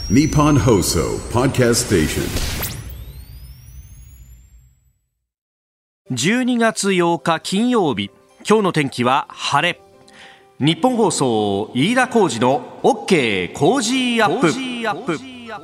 Nippon Hoso Podcast Station。 12月8日金曜日、今日の天気は晴れ。日本放送飯田浩司の OK コージーアップ。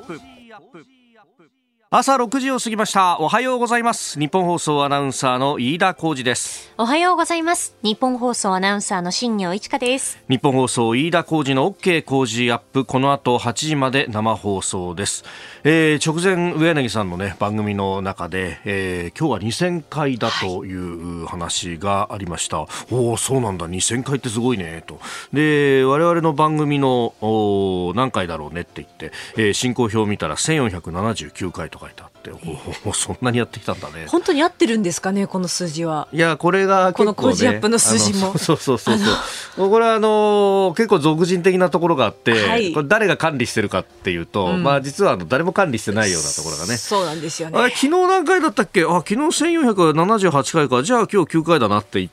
朝6時を過ぎました。おはようございます。日本放送アナウンサーの飯田浩司です。 おはようございます。日本放送アナウンサーの新業一華です。 日本放送飯田浩司の OK 工事アップ、この後8時まで生放送です。直前上柳さんのね番組の中で、今日は2000回だという話がありました。おお、そうなんだ、2000回ってすごいねと。で、我々の番組の何回だろうねって言って、進行表を見たら1479回と書いてあって、おそんなにやってきたんだね。 本当に合ってるんですかね、この数字は。 いや、これが結構、ね、 このコージアップの数字もそうこれは結構俗人的なところがあって、はい、これ誰が管理してるかっていうと、実は誰も管理してないようなところがね。 そうなんですよね。 昨日何回だったっけ。昨日1478回か。じゃあ今日9回だなって言って、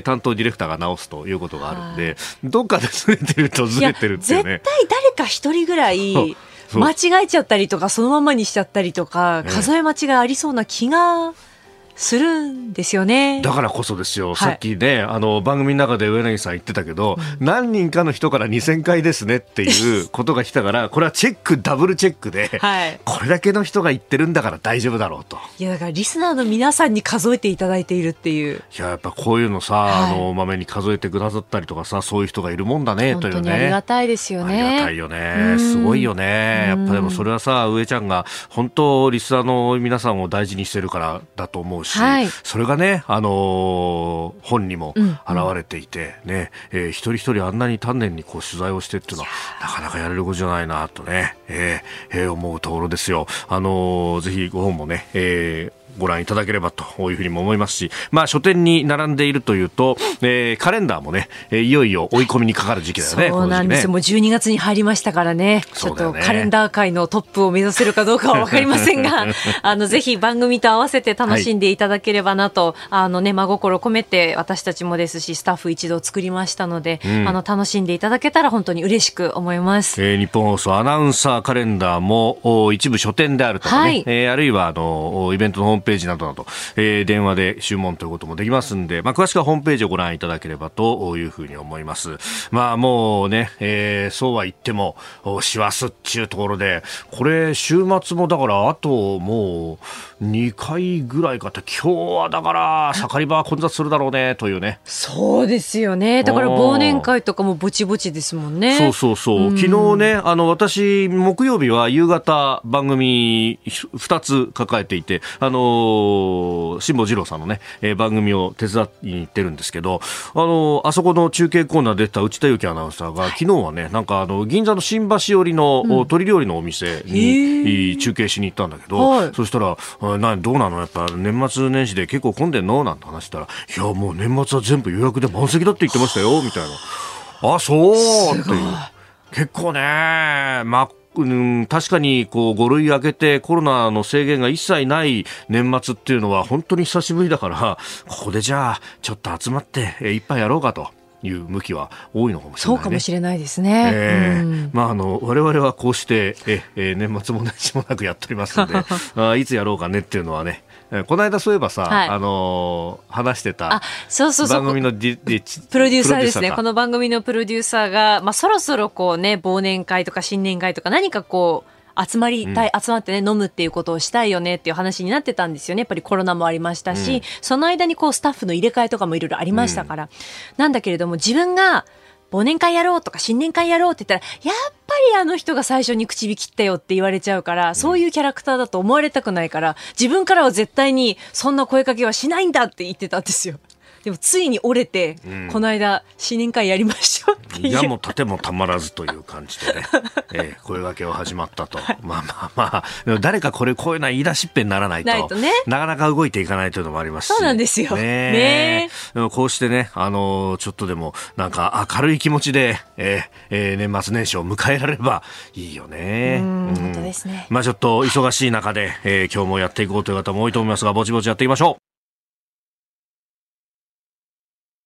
担当ディレクターが直すということがあるんで、どっかでずれてるとずれてるっていうね。 絶対誰か一人ぐらい間違えちゃったりとか、そのままにしちゃったりとか、数え間違いありそうな気がするんですよね。 だからこそですよ、さっきね、番組の中で上柳さん言ってたけど、何人かの人から2000回ですねっていうことが来たからこれはダブルチェックで、これだけの人が言ってるんだから大丈夫だろうと。 いや、だからリスナーの皆さんに数えていただいているっていう。 いや、やっぱこういうのさ、まめに数えてくださったりとかさ、そういう人がいるもんだねというね。 本当にありがたいですよね。 ありがたいよね。すごいよね。やっぱでもそれはさ、上ちゃんが本当リスナーの皆さんを大事にしてるからだと思うし、それがね、本にも現れていてね、一人一人あんなに丹念にこう取材をしてっていうのはなかなかやれることじゃないなとね、思うところですよ。ぜひご本もね、ご覧いただければというふうにも思いますし、書店に並んでいるというと、カレンダーもね、いよいよ追い込みにかかる時期だよね。 そうなんですよ、もう12月に入りましたからね。ちょっとカレンダー界のトップを目指せるかどうかは分かりませんがぜひ番組と合わせて楽しんでいただければなと、真心込めて私たちもですしスタッフ一同作りましたので、楽しんでいただけたら本当に嬉しく思います。 日本放送アナウンサーカレンダーも一部書店であるとかね、あるいはイベントのホームページなどなど、電話で注文ということもできますんで、詳しくはホームページをご覧いただければというふうに思います。もうね、そうは言っても師走っていうところで、これ週末もだからあともう2回ぐらいかって、今日はだから盛り場は混雑するだろうねというね。 そうですよね。だから忘年会とかもぼちぼちですもんね。 そう、昨日ね、私木曜日は夕方番組2つ抱えていて、辛坊治郎さんのね、番組を手伝いに行ってるんですけど、あそこの中継コーナーで出た内田有紀アナウンサーが、昨日はね、なんか銀座の新橋寄りの鶏料理のお店に中継しに行ったんだけど、そしたらどうなの、やっぱ年末年始で結構混んでんのなんて話したら、いやもう年末は全部予約で満席だって言ってましたよみたいな。あ、そうっていう。結構ね、確かにこう5類明けてコロナの制限が一切ない年末っていうのは本当に久しぶりだから、ここでじゃあちょっと集まって一杯やろうかという向きは多いのかもしれないね。 そうかもしれないですね。 我々はこうして年末も年始もなくやっておりますのでいつやろうかねっていうのはね、この間そういえばさ、話してた番組のプロデューサーですね。この番組のプロデューサーが、そろそろこうね、忘年会とか新年会とか何かこう集まってね、飲むっていうことをしたいよねっていう話になってたんですよね。やっぱりコロナもありましたし、その間にこうスタッフの入れ替えとかもいろいろありましたから、なんだけれども、自分が忘年会やろうとか新年会やろうって言ったら、やっぱりあの人が最初に口火切ったよって言われちゃうから、そういうキャラクターだと思われたくないから、自分からは絶対にそんな声かけはしないんだって言ってたんですよ。でもついに折れて、この間新年会やりましょうっていう、 いやもう盾もたまらずという感じでね、声掛けを始まったと、誰かこういうのは言い出しっぺにならないとね、なかなか動いていかないというのもありますし。 そうなんですよね。 でもこうしてね、ちょっとでもなんか明るい気持ちで、年末年始を迎えられればいいよね。 本当ですね。 ちょっと忙しい中で、今日もやっていこうという方も多いと思いますが、ぼちぼちやっていきましょう。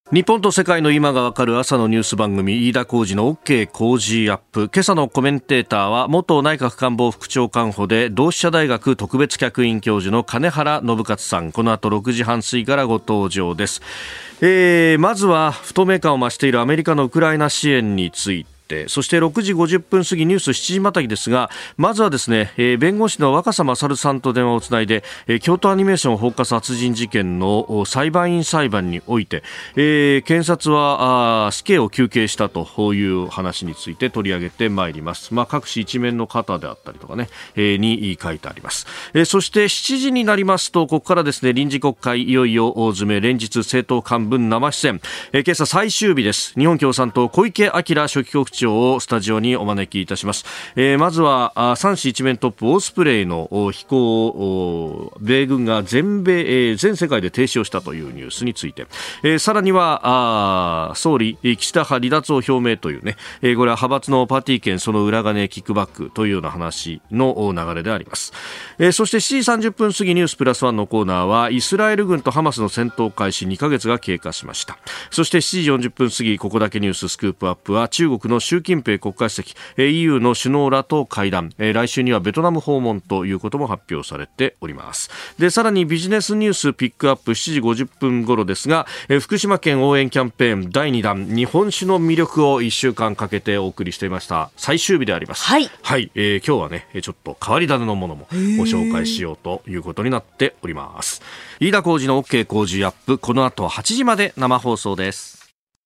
日本と世界の今がわかる朝のニュース番組飯田浩司の OK 工事アップ。今朝のコメンテーターは元内閣官房副長官補で同志社大学特別客員教授の金原信勝さん。この後6時半過ぎからご登場です。まずは不透明感を増しているアメリカのウクライナ支援について、そして6時50分過ぎニュース7時またぎですが、まずはですね、弁護士の若狭勝さんと電話をつないで、京都アニメーション放火殺人事件の裁判員裁判において、検察は死刑を求刑したという話について取り上げてまいります。各紙一面の方であったりとかね、に書いてあります。そして7時になりますと、ここからですね、臨時国会いよいよ大詰め、連日政党幹部生出演、今朝最終日です。日本共産党小池晃書記局長をスタジオにお招きいたします。まずは3紙一面トップオスプレイの飛行を米軍が全世界で停止をしたというニュースについて、さらには総理岸田派離脱を表明というね、これは派閥のパーティー券その裏金キックバックというような話の流れであります。そして7時30分過ぎニュースプラスワンのコーナーはイスラエル軍とハマスの戦闘開始2ヶ月が経過しました。そして7時40分過ぎここだけニューススクープアップは中国の習近平国家主席、EU の首脳らと会談、来週にはベトナム訪問ということも発表されております。でさらにビジネスニュースピックアップ7時50分頃ですが、福島県応援キャンペーン第2弾日本酒の魅力を1週間かけてお送りしていました最終日であります。はい、はい。今日はねちょっと変わり種のものもご紹介しようということになっております。飯田浩司の OK 工事アップ、この後は8時まで生放送です。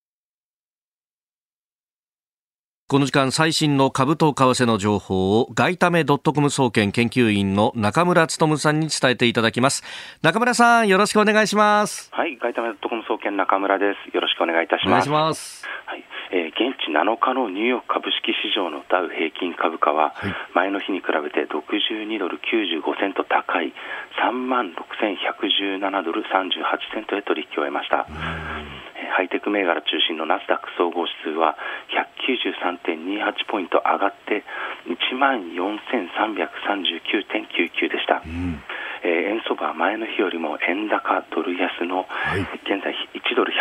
この時間最新の株と為替の情報を外為.com総研研究員の中村努さんに伝えていただきます。中村さん、よろしくお願いします。 はい、外為.com総研中村です。よろしくお願いいたします。 お願いします。 はい、現地7日のニューヨーク株式市場のダウ平均株価は、前の日に比べて62ドル95セント高い36,117ドル38セントで取引を終えました。ハイテク銘柄中心のナスダック総合指数は 193.28 ポイント上がって 14,339.99 でした。円相場は前の日よりも円高ドル安の、現在1ドル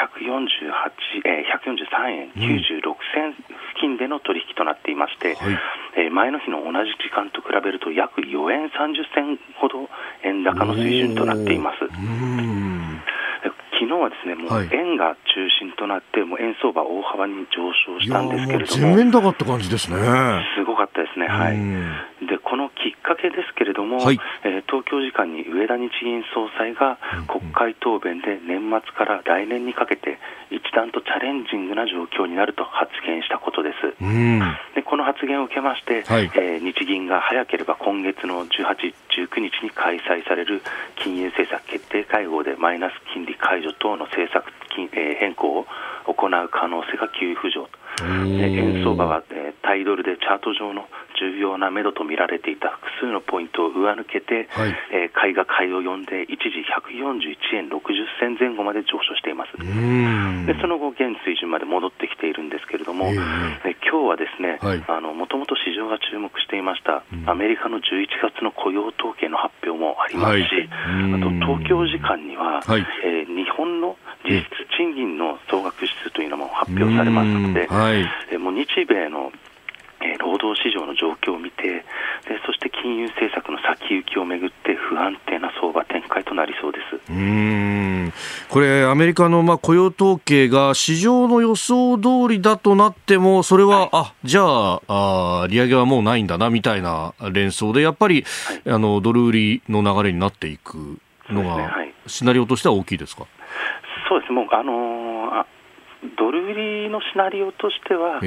143円96銭付近での取引となっていまして、前の日の同じ時間と比べると約4円30銭ほど円高の水準となっています。昨日はですね、もう円が中心となってもう円相場大幅に上昇したんですけれども、 全面高って感じですね。 すごかったですね。はい。でこのきっかけですけれども、東京時間に植田日銀総裁が国会答弁で年末から来年にかけて一段とチャレンジングな状況になると発言したことです。でこの発言を受けまして、日銀が早ければ今月の18、19日に開催される金融政策決定会合でマイナス金利解除等の政策変更を行う可能性が急浮上。円相場は対ドルでチャート上の重要な目処と見られていた複数のポイントを上抜けて、買いが買いを呼んで一時141円60銭前後まで上昇しています。でその後現水準まで戻ってきているんですけれども、今日はですね、もともと市場が注目していましたアメリカの11月の雇用統計の発表もありますし、あと東京時間には、日本の実質賃金の総額指数というのも発表されますので、もう日米の労働市場の状況を見て、でそして金融政策の先行きをめぐって不安定な相場展開となりそうです。 これアメリカの雇用統計が市場の予想通りだとなっても、それは、じゃあ利上げはもうないんだなみたいな連想でやっぱり、ドル売りの流れになっていくのが、シナリオとしては大きいですか？ そうです。もうドル売りのシナリオとしては、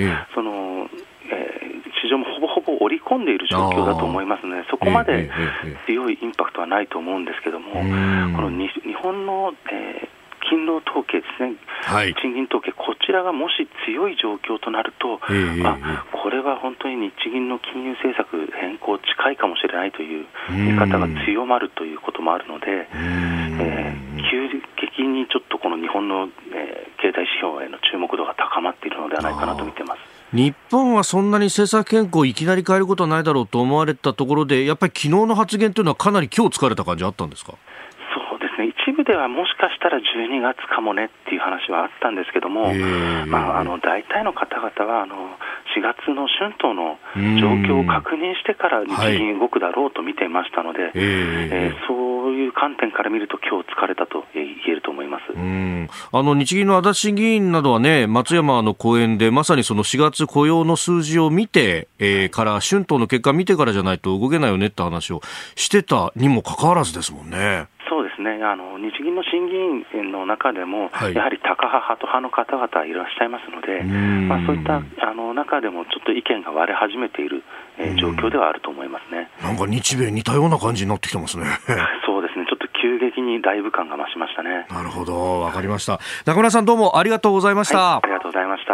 市場もほぼほぼ織り込んでいる状況だと思いますので、そこまで強いインパクトはないと思うんですけども、この日本の、勤労統計ですね、賃金統計、こちらがもし強い状況となると、これは本当に日銀の金融政策変更近いかもしれないという見方が強まるということもあるので、急激にちょっとこの日本の、経済指標への注目度が高まっているのではないかなと見ています。 日本はそんなに政策変更をいきなり変えることはないだろうと思われたところで、やっぱり昨日の発言というのはかなり今日疲れた感じあったんですか？ そうですね、一部でではもしかしたら12月かもねっていう話はあったんですけども、大体の方々は4月の春闘の状況を確認してから日銀動くだろうと見ていましたので、そういう観点から見ると今日疲れたと言えると思います。 日銀の足立議員などはね、松山の講演でまさにその4月雇用の数字を見て、から春闘の結果見てからじゃないと動けないよねって話をしてたにもかかわらずですもんね。 そうですね、日銀の審議員の中でも、やはりタカ派、ハト派の方々いらっしゃいますので、そういった中でもちょっと意見が割れ始めている、状況ではあると思いますね。 なんか日米似たような感じになってきてますね。 そうですね、ちょっと急激にライブ感が増しましたね。 なるほど、わかりました。中村さん、どうもありがとうございました。 ありがとうございました。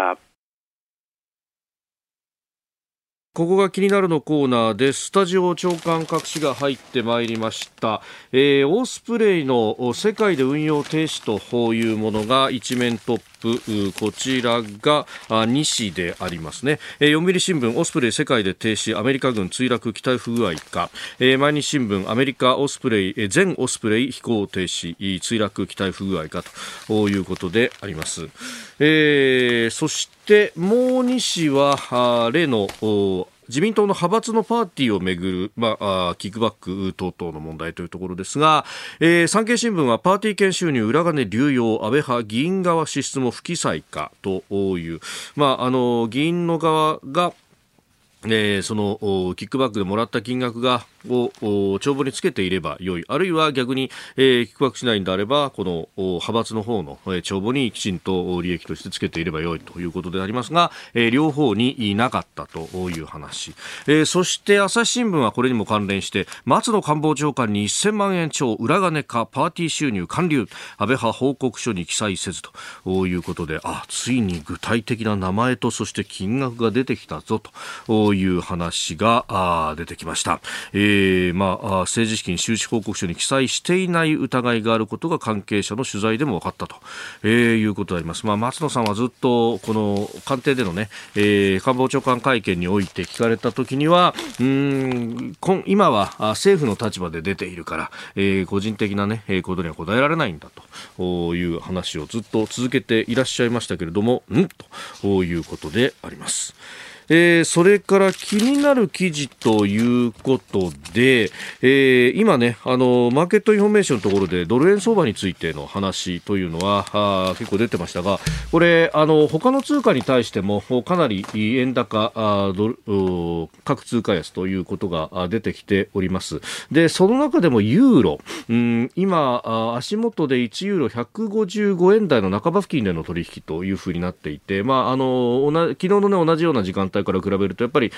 ここが気になるのコーナーです。スタジオ長官各紙が入ってまいりました。オースプレイの世界で運用停止というものが一面トップ、こちらが2紙でありますね。読売新聞、オスプレイ世界で停止、アメリカ軍墜落機体不具合か。毎日新聞、アメリカオスプレイ、全オスプレイ飛行停止、墜落機体不具合かということであります。そしてもう2紙は例の自民党の派閥のパーティーをめぐる、キックバック等々の問題というところですが、産経新聞はパーティー券収入裏金流用、安倍派議員側支出も不記載かという、議員の側がそのキックバックでもらった金額を帳簿につけていれば良い、あるいは逆に、キックバックしないんであればこの派閥の方の帳簿にきちんと利益としてつけていれば良いということでありますが、両方になかったという話、そして朝日新聞はこれにも関連して松野官房長官に1000万円超裏金かパーティー収入還流、安倍派報告書に記載せずということで、ついに具体的な名前とそして金額が出てきたぞという話が出てきました。政治資金収支報告書に記載していない疑いがあることが関係者の取材でも分かったと、いうことであります。松野さんはずっとこの官邸でのね、官房長官会見において聞かれた時には今は政府の立場で出ているから、個人的な、ことには答えられないんだという話をずっと続けていらっしゃいましたけれどもということであります。それから気になる記事ということで、今ねマーケットインフォメーションのところでドル円相場についての話というのは結構出てましたが、これ他の通貨に対してもかなり円高各通貨安ということが出てきております。でその中でもユーロ、今足元で1ユーロ155円台の半ば付近での取引というふうになっていて、昨日の、同じような時間帯から比べるとやっぱり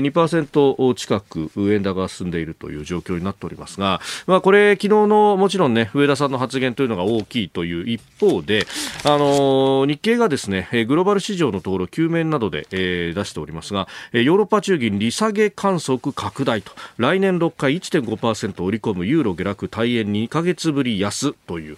2% 近く円高が進んでいるという状況になっておりますが、これ昨日のもちろんね上田さんの発言というのが大きいという一方で、日経がですねグローバル市場のところ9面などで、出しておりますが、ヨーロッパ中銀利下げ観測拡大と、来年6回 1.5% 織り込むユーロ下落対円2ヶ月ぶり安という、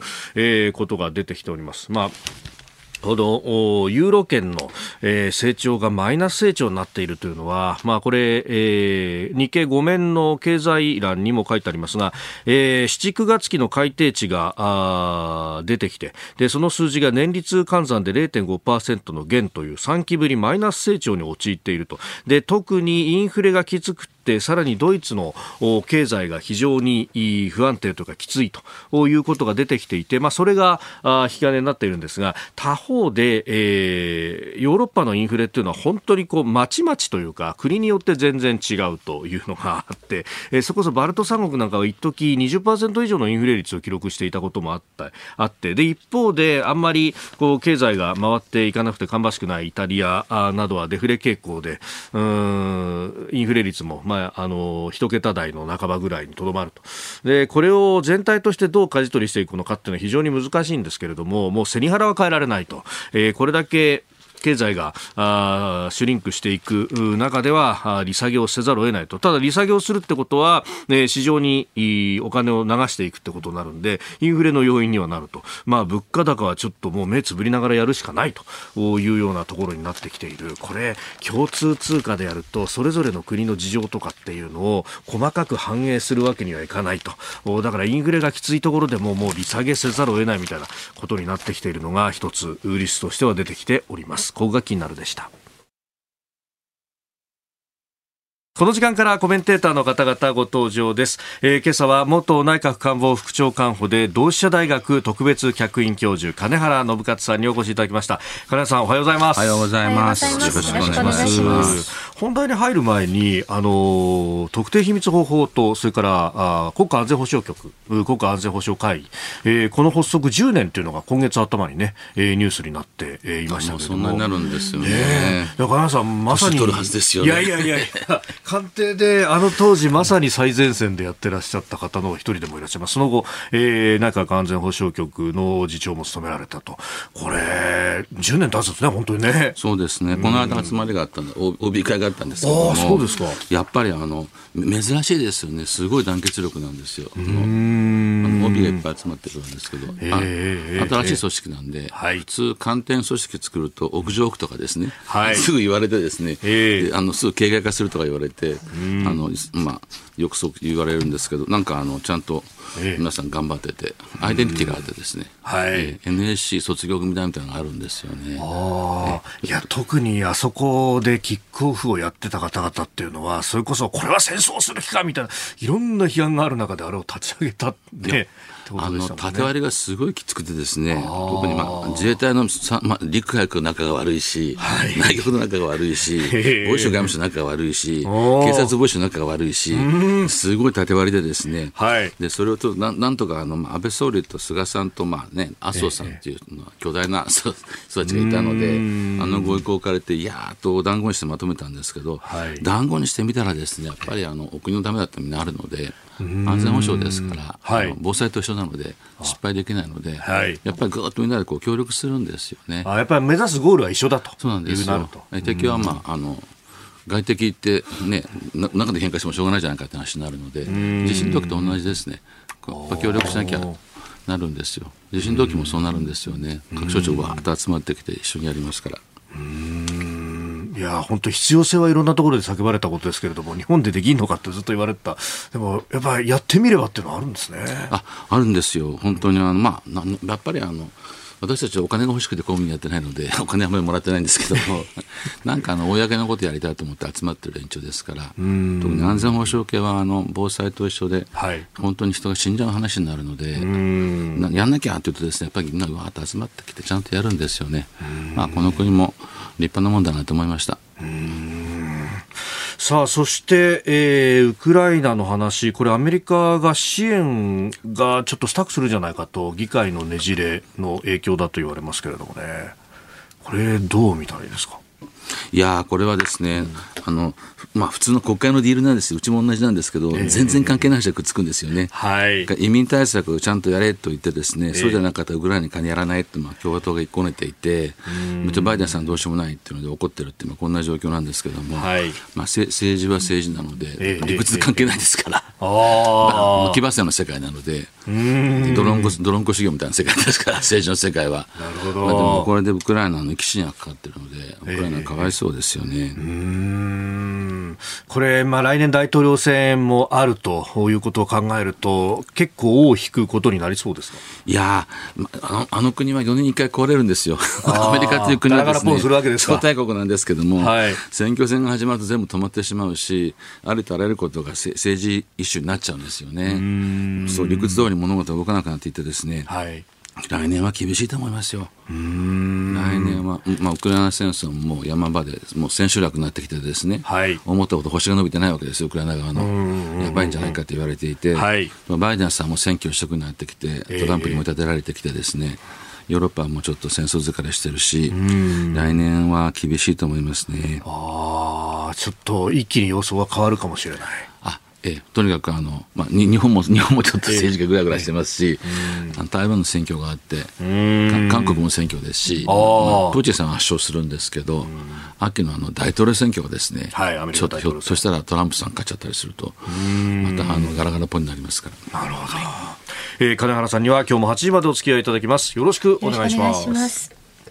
ことが出てきております。このユーロ圏の、成長がマイナス成長になっているというのは、これ、日経5面の経済欄にも書いてありますが、7、9月期の改定値が出てきて、でその数字が年率換算で 0.5% の減という3期ぶりマイナス成長に陥っていると。で特にインフレがきつくさらにドイツの経済が非常に不安定というかきついということが出てきていて、それが引き金になっているんですが、他方で、ヨーロッパのインフレというのは本当にまちまちというか国によって全然違うというのがあって、そこそバルト三国なんかは一時 20% 以上のインフレ率を記録していたこともあって、で一方であんまり経済が回っていかなくて芳しくないイタリアなどはデフレ傾向でインフレ率も一桁台の半ばぐらいにとどまると。でこれを全体としてどう舵取りしていくのかっていうのは非常に難しいんですけれども、もう背に腹は変えられないと、これだけ経済がシュリンクしていく中では利下げをせざるを得ないと。ただ利下げをするってことは、市場にお金を流していくってことになるんで、インフレの要因にはなると。物価高はちょっともう目つぶりながらやるしかないというようなところになってきている。これ共通通貨でやるとそれぞれの国の事情とかっていうのを細かく反映するわけにはいかないと。だからインフレがきついところでももう利下げせざるを得ないみたいなことになってきているのが一つリスクとしては出てきております。ここが気になるでした。この時間からコメンテーターの方々ご登場です。今朝は元内閣官房副長官補で同志社大学特別客員教授金原信勝さんにお越しいただきました。金原さん、おはようございます。 おはようございます。 よろしくお願いします。 本題に入る前に特定秘密保法とそれから国家安全保障局、国家安全保障会議、この発足10年というのが今月頭にね、ニュースになっていましたけれども、 そんなになるんですよね。 金原さん、まさに年取るはずですよね。 いや官邸で当時まさに最前線でやってらっしゃった方の一人でもいらっしゃいます。その後、内閣安全保障局の次長も務められたと。これ10年経つんですね、本当にね。 そうですね。この間集まりがあったんで、OB 会があったんですけども、 そうですか。 やっぱり珍しいですよね。すごい団結力なんですよ。OB がいっぱい集まってるんですけど、新しい組織なんで、普通官邸組織作ると屋上区とかですね、すぐ言われてですね、すぐ形骸化するとか言われて、よくそう言われるんですけど、なんかちゃんと皆さん頑張ってて、アイデンティティがあってですね、NSC 卒業組だみたいなのがあるんですよね。 いや、特にあそこでキックオフをやってた方々っていうのは、それこそこれは戦争する気かみたいないろんな批判がある中であれを立ち上げたって縦割りがすごいきつくてですね、特に自衛隊の陸海空の仲が悪いし、内閣の仲が悪いし、防衛省外務省の仲が悪いし、警察防衛省の仲が悪いし、すごい縦割りでですね、でそれをなんとか安倍総理と菅さんと麻生さんっていう巨大な人たちがいたので、ご意向をかれてやっと団子にしてまとめたんですけど、団子にしてみたらですね、やっぱりお国のためだってみんなあるので、安全保障ですから、防災と一緒なので失敗できないので、やっぱりぐっとみんなで協力するんですよね。 やっぱり目指すゴールは一緒だと。 そうなんですよ。敵は外敵ってね、中で喧嘩してもしょうがないじゃないかって話になるので、地震の時と同じですね。協力しなきゃなるんですよ。地震の時もそうなるんですよね。各省庁がわーっと集まってきて一緒にやりますから。 いや本当必要性はいろんなところで叫ばれたことですけれども、日本でできんのかってずっと言われてた。でもやっぱりやってみればっていうのはあるんですね。 あるんですよ。本当にやっぱり私たちはお金が欲しくて公務員やってないのでお金あんまりもらってないんですけどもなんか公のことやりたいと思って集まってる連中ですから、特に安全保障系は防災と一緒で、本当に人が死んじゃう話になるので、やんなきゃって言うとですね、やっぱりみんながわーっと集まってきてちゃんとやるんですよね。この国も立派なもんだなと思いました。 さあ、そして、ウクライナの話、これアメリカが支援がちょっとスタックするんじゃないかと、議会のねじれの影響だと言われますけれどもね、これどう見たらいいですか。 いやこれはですね、普通の国会のディールなんですよ。うちも同じなんですけど、全然関係ない人がくっつくんですよね。移民対策をちゃんとやれと言ってですね、そうじゃなかったらウクライナに金やらないって共和党が言いこねていて、バイデンさんどうしようもないっていうので怒ってるっていうこんな状況なんですけども、政治は政治なので、理屈関係ないですから、騎馬戦の世界なので、ドロンコ修行みたいな世界ですから、政治の世界は。 なるほど。 でもこれでウクライナの生き死にがかかってるので、ウクライナかわいそうですよね。 これ、来年大統領選もあるということを考えると、結構尾を引くことになりそうですか。 いや国は4年に1回壊れるんですよ。アメリカという国はですね、超大国なんですけども、選挙戦が始まると全部止まってしまうし、ありとあらゆることが政治イシューになっちゃうんですよね。そう理屈通り物事が動かなくなっていってですね、来年は厳しいと思いますよ。来年は、ウクライナ戦争も山場でもう千秋楽になってきてですね、思ったほど星が伸びてないわけですよ。ウクライナ側のやばいんじゃないかと言われていて、バイデンさんも選挙一色になってきて、トランプにも立てられてきてですね、ヨーロッパはもうちょっと戦争疲れしてるし、来年は厳しいと思いますね。 ちょっと一気に様相が変わるかもしれない。 とにかく日本もちょっと政治がぐらぐらしてますし、台湾の選挙があって、韓国も選挙ですし、プーチンさんは圧勝するんですけど、秋の大統領選挙がですね、ちょっとひょっとしたらトランプさん勝っちゃったりすると、またガラガラポンになりますから。 なるほど。金原さんには今日も8時までお付き合いいただきます。よろしくお願いします。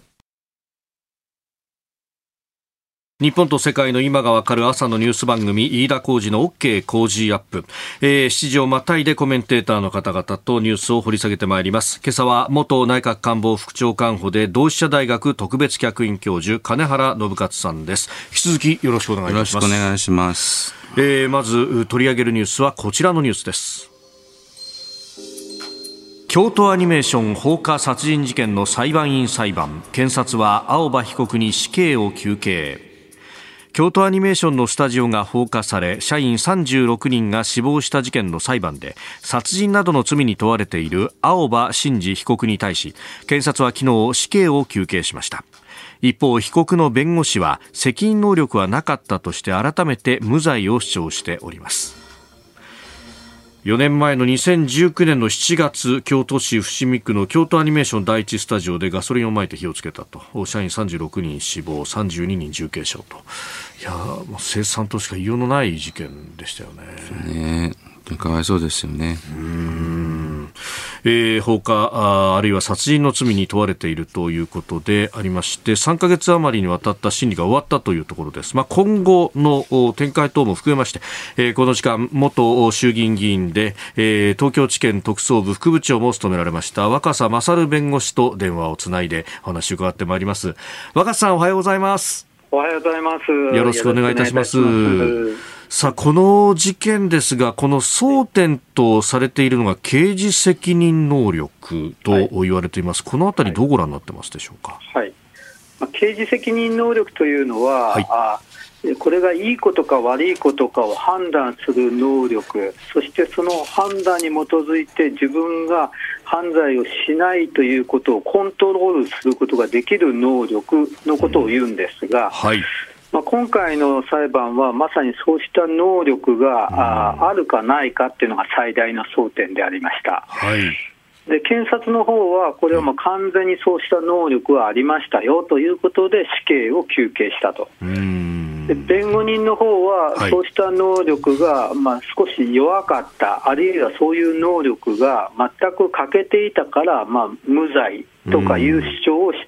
日本と世界の今がわかる朝のニュース番組、飯田浩司の OK 工事アップ。7時をまたいでコメンテーターの方々とニュースを掘り下げてまいります。今朝は元内閣官房副長官補で同志社大学特別客員教授金原信勝さんです。引き続きよろしくお願いします。 よろしくお願いします。 まず取り上げるニュースはこちらのニュースです。京都アニメーション放火殺人事件の裁判員裁判、検察は青葉被告に死刑を求刑。京都アニメーションのスタジオが放火され、社員36人が死亡した事件の裁判で、殺人などの罪に問われている青葉真司被告に対し、検察は昨日死刑を求刑しました。一方、被告の弁護士は責任能力はなかったとして改めて無罪を主張しております。4年前の2019年の7月、京都市伏見区の京都アニメーション第一スタジオでガソリンをまいて火をつけたと。社員36人死亡、32人重軽傷と。いや、凄惨としか言いようのない事件でしたよね。 かわいそうですよね。 放火 あるいは殺人の罪に問われているということでありまして、3ヶ月余りにわたった審理が終わったというところです。今後の展開等も含めまして、この時間元衆議院議員で、東京地検特捜部副部長も務められました若狭勝弁護士と電話をつないでお話を伺ってまいります。若狭さん、おはようございます。 おはようございます。 よろしくお願いいたします。さあ、この事件ですが、この争点とされているのが刑事責任能力と言われています。このあたりどうご覧になってますでしょうか。 刑事責任能力というのは、これがいいことか悪いことかを判断する能力、そしてその判断に基づいて自分が犯罪をしないということをコントロールすることができる能力のことを言うんですが、今回の裁判はまさにそうした能力があるかないかというのが最大の争点でありました。で、検察の方はこれは完全にそうした能力はありましたよということで死刑を求刑したと。で、弁護人の方はそうした能力が少し弱かった、あるいはそういう能力が全く欠けていたから無罪とかいう主張をして、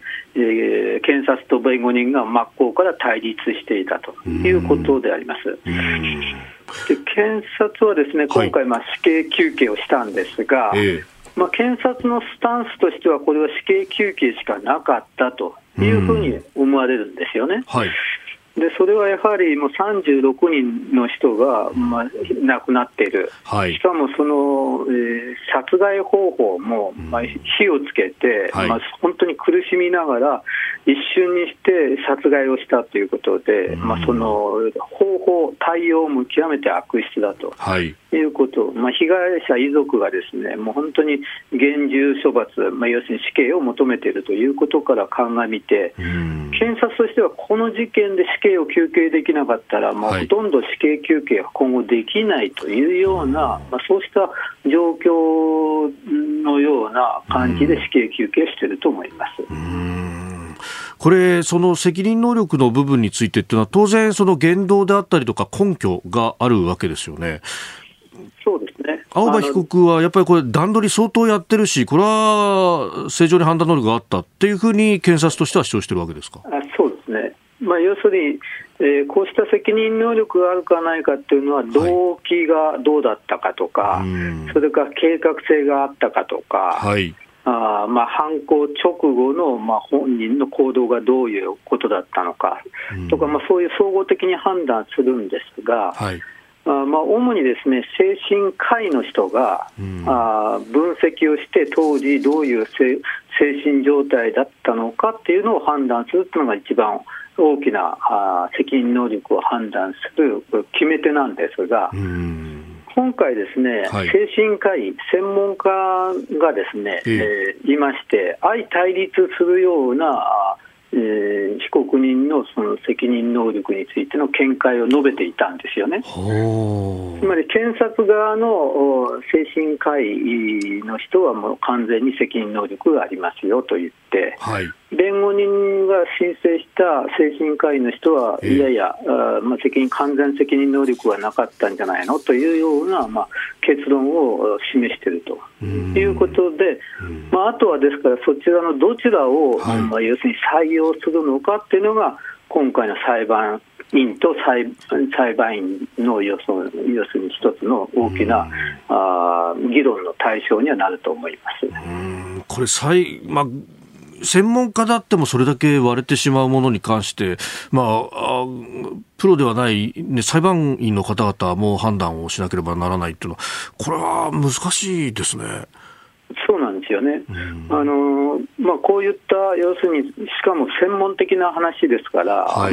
検察と弁護人が真っ向から対立していたということであります。で、検察はですね、今回死刑求刑をしたんですが、検察のスタンスとしてはこれは死刑求刑しかなかったというふうに思われるんですよね。で、それはやはりもう36人の人が亡くなっている、しかもその、殺害方法も火をつけて、本当に苦しみながら一瞬にして殺害をしたということで、その方法、対応も極めて悪質だということ、被害者遺族がですね、もう本当に厳重処罰、要するに死刑を求めているということから鑑みて、検察としてはこの事件で死刑を求刑できなかったら、ほとんど死刑求刑は今後できないというような、そうした状況のような感じで死刑求刑していると思います。 これ、その責任能力の部分についてっていうのは、当然その言動であったりとか根拠があるわけですよね。 そうですね。 青葉被告はやっぱりこれ段取り相当やってるし、これは正常に判断能力があったっていうふうに検察としては主張してるわけですか。 そうですね。要するに、こうした責任能力があるかないかっていうのは動機がどうだったかとか、それから計画性があったかとか、犯行直後の本人の行動がどういうことだったのかとか、そういう総合的に判断するんですが、主にですね、精神科医の人が、分析をして当時どういう精神状態だったのかっていうのを判断するというのが一番大きな責任能力を判断する決め手なんですが、今回ですね、精神科医専門家がですね、いまして、相対立するような被告人のその責任能力についての見解を述べていたんですよね。つまり検察側の精神科医の人はもう完全に責任能力がありますよと言って、はい、弁護人が申請した精神科医の人は、いやいや、完全責任能力はなかったんじゃないのというような、結論を示しているということで、あとはですからそちらのどちらを、要するに採用するのかっていうのが今回の裁判員と裁判員の要するに一つの大きな議論の対象にはなると思います。 これ専門家だってもそれだけ割れてしまうものに関して、プロではない、裁判員の方々も判断をしなければならないというのは、これは難しいですね。 そうなんですよね。こういった要するにしかも専門的な話ですから、はい、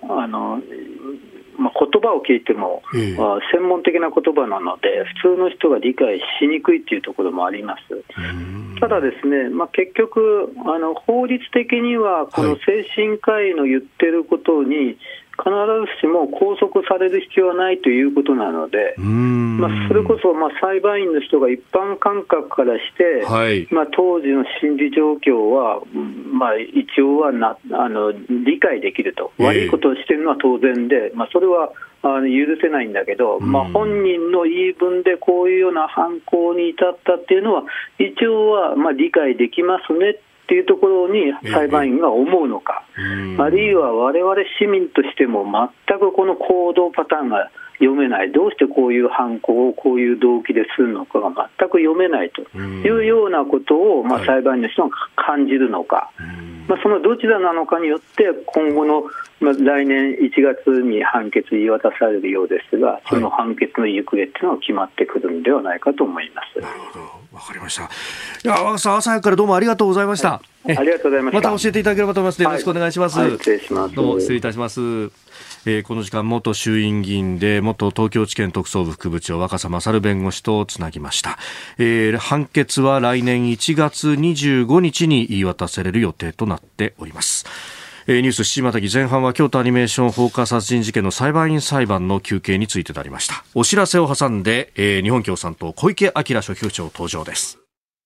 言葉を聞いても、専門的な言葉なので普通の人が理解しにくいというところもあります。ただですね、結局法律的にはこの精神科医の言ってることに必ずしも拘束される必要はないということなので、それこそ裁判員の人が一般感覚からして、はい、当時の心理状況は、一応は理解できると、悪いことをしているのは当然で、それは許せないんだけど、本人の言い分でこういうような犯行に至ったっていうのは一応は理解できますねっていうところに裁判員が思うのか、あるいは我々市民としても全くこの行動パターンが読めない、どうしてこういう犯行をこういう動機でするのかが全く読めないというようなことを裁判員の人が感じるのか、そのどちらなのかによって今後の来年1月に判決言い渡されるようですが、その判決の行方っていうのが決まってくるんではないかと思います。 なるほど、わかりました。若狭さん、朝早くからどうもありがとうございました。 ありがとうございました。 また教えていただければと思います。よろしくお願いします。 失礼します。 どうも失礼いたします。この時間元衆院議員で元東京地検特捜部副部長若狭勝弁護士とつなぎました。判決は来年1月25日に言い渡される予定となっております。ニュース7時またぎ前半は京都アニメーション放火殺人事件の裁判員裁判の求刑についてでありました。お知らせを挟んで、日本共産党小池晃書記局長登場です。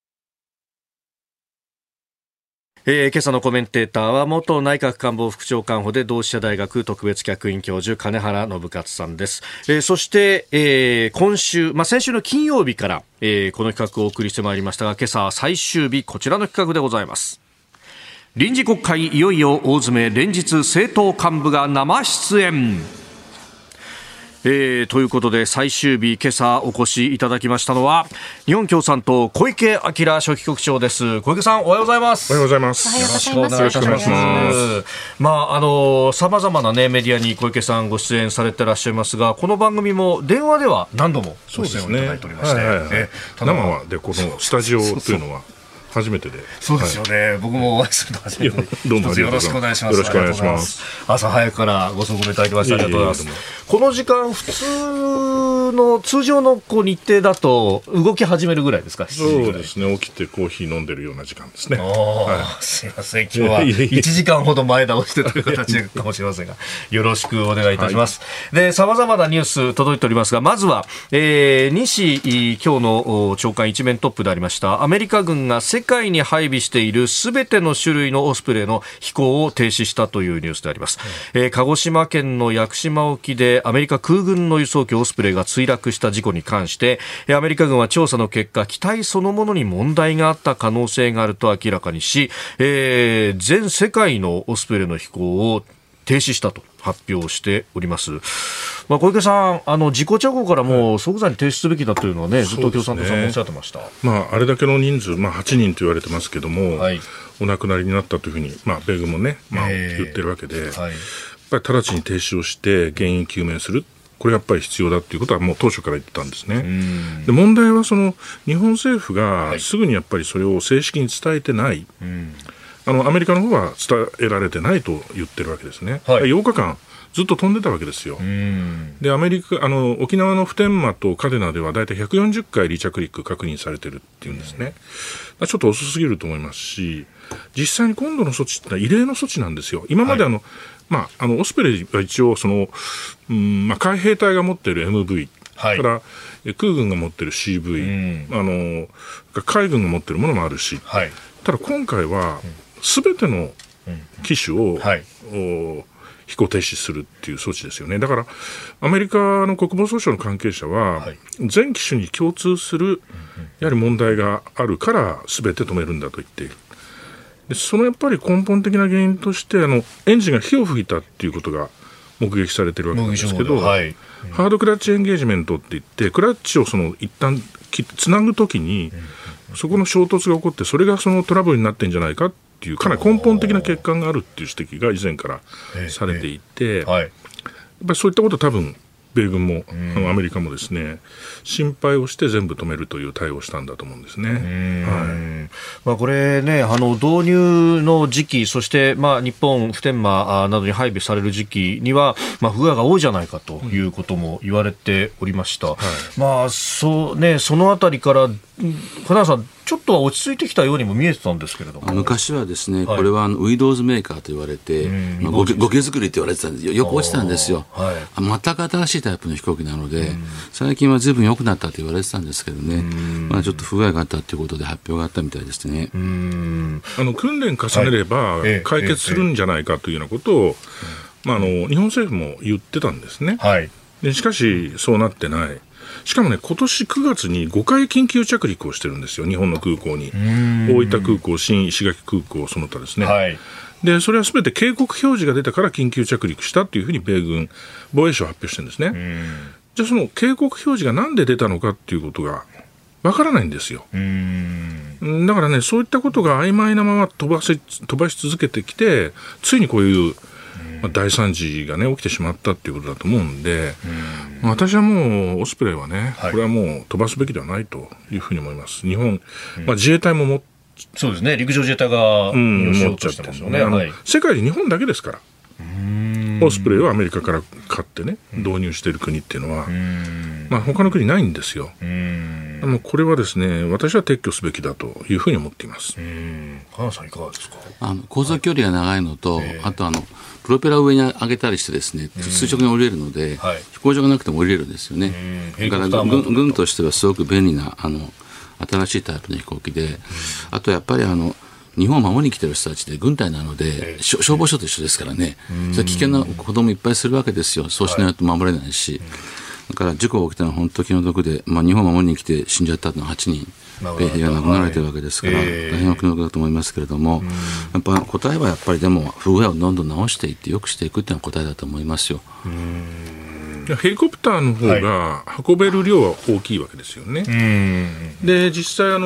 今朝のコメンテーターは元内閣官房副長官補で同志社大学特別客員教授金原信勝さんです。そして、今週、先週の金曜日から、この企画をお送りしてまいりましたが、今朝は最終日、こちらの企画でございます。臨時国会いよいよ大詰め、連日政党幹部が生出演。ということで最終日、今朝お越しいただきましたのは日本共産党小池晃書記局長です。小池さん、おはようございます。 おはようございます。 よろしくお願いいたします。様々なねメディアに小池さんご出演されてらっしゃいますが、この番組も電話では何度もご出演をいただいておりまして、 生でこのスタジオというのは初めてで。 そうですよね、僕もお会いするの初めてで、どうもよろしくお願いします。 よろしくお願いします。 朝早くからご参加いただきましてありがとうございます。この時間普通の通常の日程だと動き始めるぐらいですか？ そうですね、起きてコーヒー飲んでるような時間ですね。 すいません、今日は1時間ほど前倒してという形かもしれませんがよろしくお願いいたします。で、様々なニュース届いておりますが、まずは、西今日の朝刊一面トップでありましたアメリカ軍が世界に配備しているすべての種類のオスプレイの飛行を停止したというニュースであります。鹿児島県の屋久島沖でアメリカ空軍の輸送機オスプレイが墜落した事故に関してアメリカ軍は調査の結果、機体そのものに問題があった可能性があると明らかにし、全世界のオスプレイの飛行を停止したと発表しております。小池さん、事故直後からもう即座に停止すべきだというのはね、ずっと共産党さんもおっしゃってました。 あれだけの人数、8人と言われてますけども、お亡くなりになったというふうに、米軍もね、言ってるわけで、やっぱり直ちに停止をして原因究明する、これやっぱり必要だということはもう当初から言ってたんですね。で、問題はその日本政府がすぐにやっぱりそれを正式に伝えてない、アメリカの方は伝えられてないと言ってるわけですね。8日間ずっと飛んでたわけですよ。で、アメリカ沖縄の普天間と嘉手納ではだいたい140回離着陸確認されてるっていうんですね。ちょっと遅すぎると思いますし、 実際に今度の措置ってのは異例の措置なんですよ。今までオスプレイは一応海兵隊が持っている MV、から空軍が持っている CV、海軍が持っているものもあるし、ただ今回は全ての機種を、飛行停止するっていう措置ですよね。だからアメリカの国防総省の関係者は、全機種に共通するやはり問題があるから全て止めるんだと言っている。でそのやっぱり根本的な原因としてエンジンが火を吹いたっていうことが目撃されているわけなんですけど、ハードクラッチエンゲージメントって言って、クラッチを一旦つなぐときに、そこの衝突が起こって、それがそのトラブルになってるんじゃないかっていう、かなり根本的な欠陥があるっていう指摘が以前からされていて、やっぱりそういったことは多分米軍もアメリカもですね、心配をして全部止めるという対応をしたんだと思うんですね。 これね、導入の時期、そして、日本普天間などに配備される時期には、不具合が多いじゃないかということも言われておりました。そのあたりから金谷さん、ちょっとは落ち着いてきたようにも見えてたんですけれども、 昔はですね、これはWindows メーカーと言われて、ゴケ作りと言われてたんですよ。よく落ちたんですよ。全く新しいタイプの飛行機なので、最近は随分良くなったと言われてたんですけどね、ちょっと不具合があったということで発表があったみたいですね。 訓練重ねれば解決するんじゃないかというようなことを、日本政府も言ってたんですね。でしかしそうなってない。しかもね、今年9月に5回緊急着陸をしてるんですよ、日本の空港に。大分空港、新石垣空港、その他ですね。でそれはすべて警告表示が出たから緊急着陸したというふうに米軍防衛省は発表してるんですね。じゃあその警告表示がなんで出たのかっていうことがわからないんですよ。だからね、そういったことが曖昧なまま飛ばし続けてきて、ついにこういう大惨事がね起きてしまったっていうことだと思うんで、私はもうオスプレイはね、これはもう飛ばすべきではないというふうに思います。日本、自衛隊もそうですね、陸上自衛隊が持っちゃってますよね。世界で日本だけですから、オスプレイをアメリカから買ってね導入している国っていうのは他の国ないんですよ。でもこれはですね、私は撤去すべきだというふうに思っています。 金谷さんいかがですか。 航続距離が長いのと、あとプロペラを上に上げたりしてですね、垂直に降りれるので、飛行場がなくても降りれるんですよね。だから軍としてはすごく便利な新しいタイプの飛行機で、あとやっぱり日本を守りに来てる人たちで軍隊なので、消防署と一緒ですからね、それ危険な子供いっぱいするわけですよ。そうしないと守れないし、だから事故が起きたのは本当気の毒で、日本を守りに来て死んじゃったのは8人米兵が亡くなられているわけですから、大変お気の毒だと思いますけれども、やっぱ答えはやっぱりでも不具合をどんどん直していって良くしていくというのが答えだと思いますよ。 ヘリコプターの方が運べる量は大きいわけですよね。で実際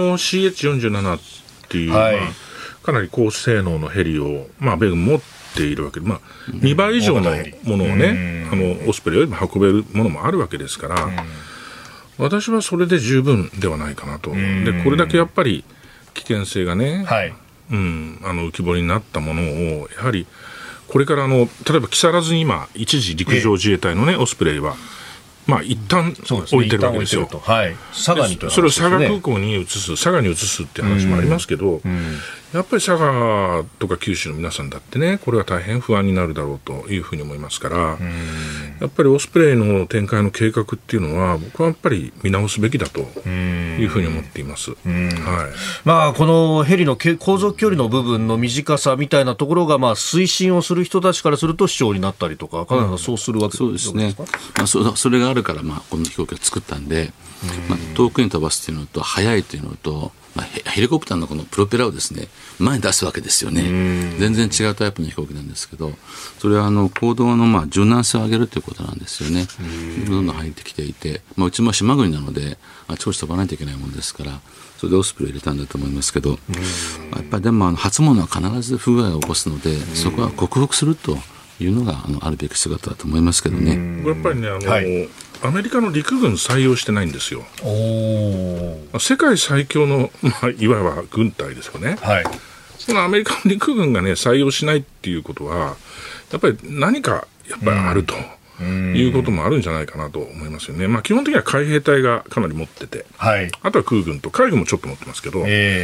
CH47 っていう、かなり高性能のヘリを、米軍持っているわけで、2倍以上のものをね、オスプレイよりも運べるものもあるわけですから、私はそれで十分ではないかなと。でこれだけやっぱり危険性がね、浮き彫りになったものをやはりこれから例えば木更津に今一時陸上自衛隊のね、オスプレイは一旦置いてるわけですよ。 佐賀にという話ですね。 それを佐賀空港に移す、佐賀に移すっていう話もありますけど、やっぱり佐賀とか九州の皆さんだってね、これは大変不安になるだろうというふうに思いますから、やっぱりオスプレイの展開の計画っていうのは僕はやっぱり見直すべきだというふうに思っています。このヘリの航続距離の部分の短さみたいなところが推進をする人たちからすると主張になったりとか、金谷さんそうするわけですか。 そうですね。それがあるからこの飛行機を作ったんで、遠くに飛ばすというのと速いというのと、ヘリコプターのこのプロペラをですね前に出すわけですよね。全然違うタイプの飛行機なんですけど、それは行動の柔軟性を上げるということなんですよね。どんどん入ってきていて、うちも島国なのであちこち飛ばないといけないものですから、それでオスプレイ入れたんだと思いますけど、やっぱりでも初物は必ず不具合を起こすので、そこは克服するというのがあるべき姿だと思いますけどね。 やっぱりねアメリカの陸軍採用してないんですよ。世界最強の、いわば軍隊ですよね。そのアメリカの陸軍がね採用しないっていうことはやっぱり何かやっぱりあるということもあるんじゃないかなと思いますよね。基本的には海兵隊がかなり持ってて、あとは空軍と海軍もちょっと持ってますけど、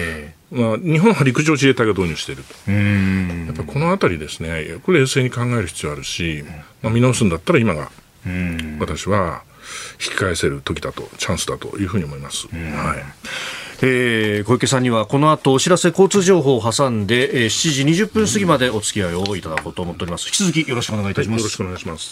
日本は陸上自衛隊が導入していると。やっぱりこのあたりですね、これ冷静に考える必要あるし、見直すんだったら今が私は引き返せる時だと、チャンスだというふうに思います。はい。 小池さんにはこの後お知らせ交通情報を挟んで、7時20分過ぎまでお付き合いをいただこうと思っております。引き続きよろしくお願いいたします。 よろしくお願いします。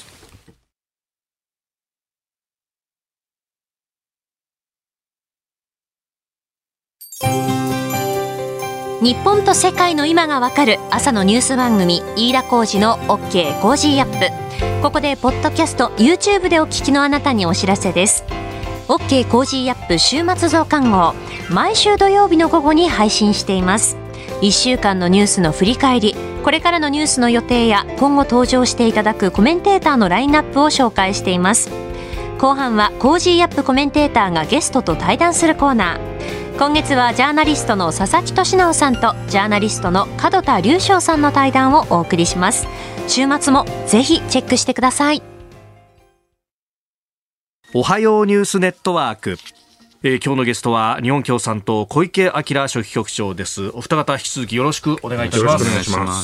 日本と世界の今がわかる朝のニュース番組、飯田浩司の OK コージーアップ。ここでポッドキャスト YouTube でお聞きのあなたにお知らせです。 OK コージーアップ週末増刊号、毎週土曜日の午後に配信しています。1週間のニュースの振り返り、これからのニュースの予定や今後登場していただくコメンテーターのラインナップを紹介しています。後半はコージーアップコメンテーターがゲストと対談するコーナー。今月はジャーナリストの佐々木俊直さんとジャーナリストの門田隆翔さんの対談をお送りします。週末もぜひチェックしてください。 おはようニュースネットワーク、今日のゲストは日本共産党小池晃書記局長です。お二方引き続きよろしくお願いいたします。 よろしくお願いします。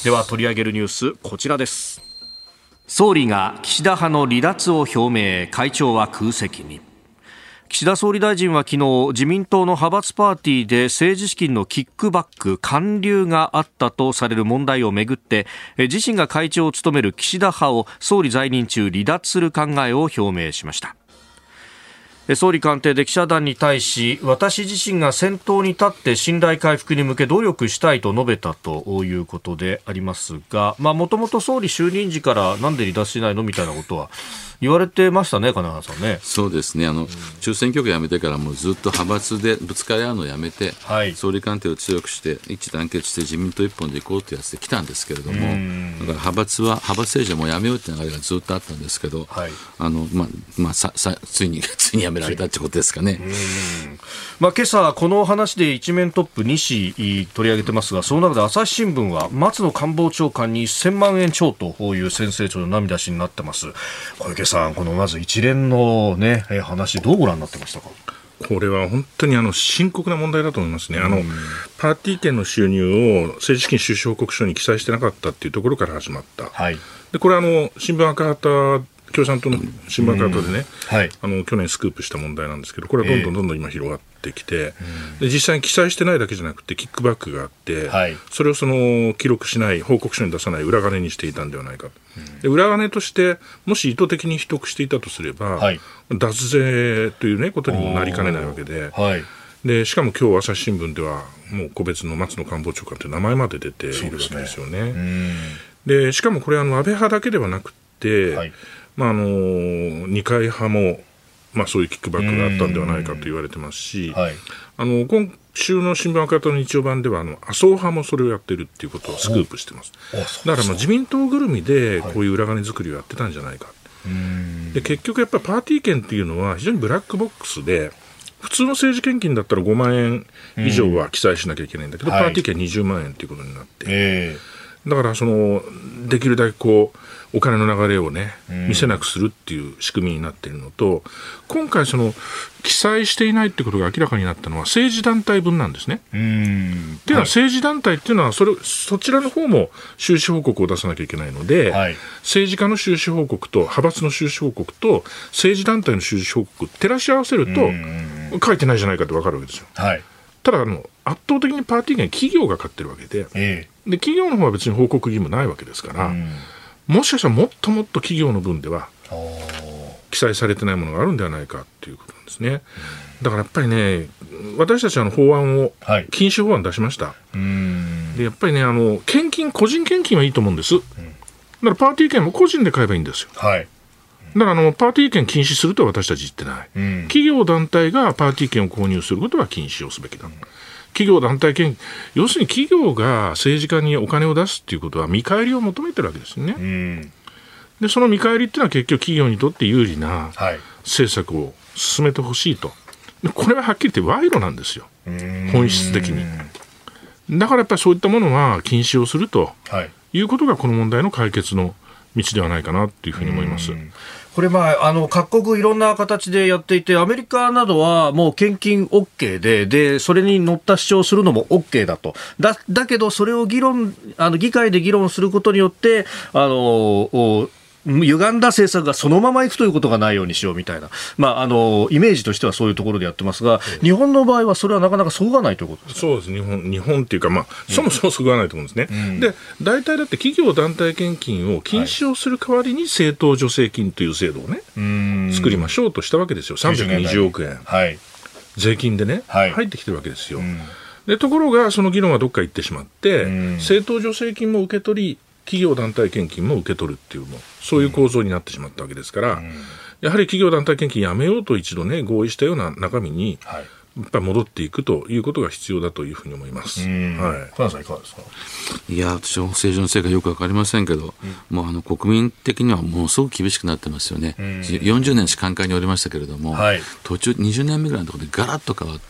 では取り上げるニュース、こちらです。総理が岸田派の離脱を表明、会長は空席に。岸田総理大臣は昨日、自民党の派閥パーティーで政治資金のキックバック還流があったとされる問題をめぐって、自身が会長を務める岸田派を総理在任中離脱する考えを表明しました。総理官邸で記者団に対し、私自身が先頭に立って信頼回復に向け努力したいと述べたということでありますが、もともと総理就任時からなんで離脱しないのみたいなことは言われてましたね、金原さんね。 そうですね、中選挙区辞めてからもうずっと派閥でぶつかり合うのをやめて、はい、総理官邸を強くして一致団結して自民党一本でいこうというやつで来たんですけれども、だから派閥政治はもうやめようという流れがずっとあったんですけど、はい、ついに辞められたってことですかね。 今朝この話で一面トップ2紙取り上げてますが、その中で朝日新聞は松野官房長官に1000万円超という先制調の涙しになってます。小池さん、このまず一連の、話どうご覧になってましたか。 これは本当に深刻な問題だと思いますね。パーティー券の収入を政治資金収支報告書に記載してなかったっていうところから始まった、はい、でこれ新聞赤旗、共産党の新聞赤旗でね、はい、去年スクープした問題なんですけど、これはどんどん今広がってきて、で実際に記載してないだけじゃなくてキックバックがあって、はい、それを記録しない、報告書に出さない裏金にしていたんではないか、で裏金としてもし意図的に秘匿していたとすれば、はい、脱税という、ことにもなりかねないわけで、はい、でしかも今日朝日新聞ではもう個別の松野官房長官という名前まで出ているわけですよね。でしかもこれ安倍派だけではなくて、はい、二階派も、そういうキックバックがあったんではないかと言われてますし、はい、今週の新聞赤旗の日曜版では麻生派もそれをやってるっていうことをスクープしてます。だから自民党ぐるみでこういう裏金作りをやってたんじゃないか、はい、で結局やっぱりパーティー券っていうのは非常にブラックボックスで、普通の政治献金だったら5万円以上は記載しなきゃいけないんだけど、パーティー券20万円ということになって、だからできるだけお金の流れをね、見せなくするっていう仕組みになっているのと、今回記載していないってことが明らかになったのは政治団体分なんですね。っていうのは、政治団体っていうのはそちらの方も収支報告を出さなきゃいけないので、はい、政治家の収支報告と派閥の収支報告と政治団体の収支報告照らし合わせると書いてないじゃないかって分かるわけですよ。はい、ただ圧倒的にパーティー券企業が買ってるわけで、で企業の方は別に報告義務ないわけですから、もしかしたらもっともっと企業の分では記載されてないものがあるんではないかということなんですね。だからやっぱりね、私たちは法案を、禁止法案出しました。でやっぱりね、献金、個人献金はいいと思うんです。だからパーティー券も個人で買えばいいんですよ。はい、だからパーティー券禁止するとは私たち言ってない。企業団体がパーティー券を購入することは禁止をすべきだ。企業団体献金、要するに企業が政治家にお金を出すっていうことは見返りを求めてるわけですよね。でその見返りっていうのは結局企業にとって有利な政策を進めてほしいと。これははっきり言って賄賂なんですよ、本質的に。だからやっぱりそういったものは禁止をするということがこの問題の解決の道ではないかなというふうに思います。 これ各国いろんな形でやっていて、アメリカなどはもう献金 OK で、それに乗った主張をするのも OK だと。だけど、それを議会で議論することによって、歪んだ政策がそのままいくということがないようにしようみたいな、イメージとしてはそういうところでやってますが、日本の場合はそれはなかなかそぐわないということですか。 そうです。日本っていうか、そもそもそぐわないと思うんですね。で、大体だって企業団体献金を禁止をする代わりに政党助成金という制度をね、作りましょうとしたわけですよ。320億円。税金でね、入ってきてるわけですよ。で、ところが、その議論はどっか行ってしまって、政党助成金も受け取り、企業団体献金も受け取るっていうそういう構造になってしまったわけですから、やはり企業団体献金やめようと一度ね合意したような中身に、やっぱり戻っていくということが必要だというふうに思います。 金さんいかがですか。 いや、私は政治の成果よくわかりませんけど、もう国民的にはものすごく厳しくなってますよね。40年官界におりましたけれども、途中20年目ぐらいのところでガラッと変わって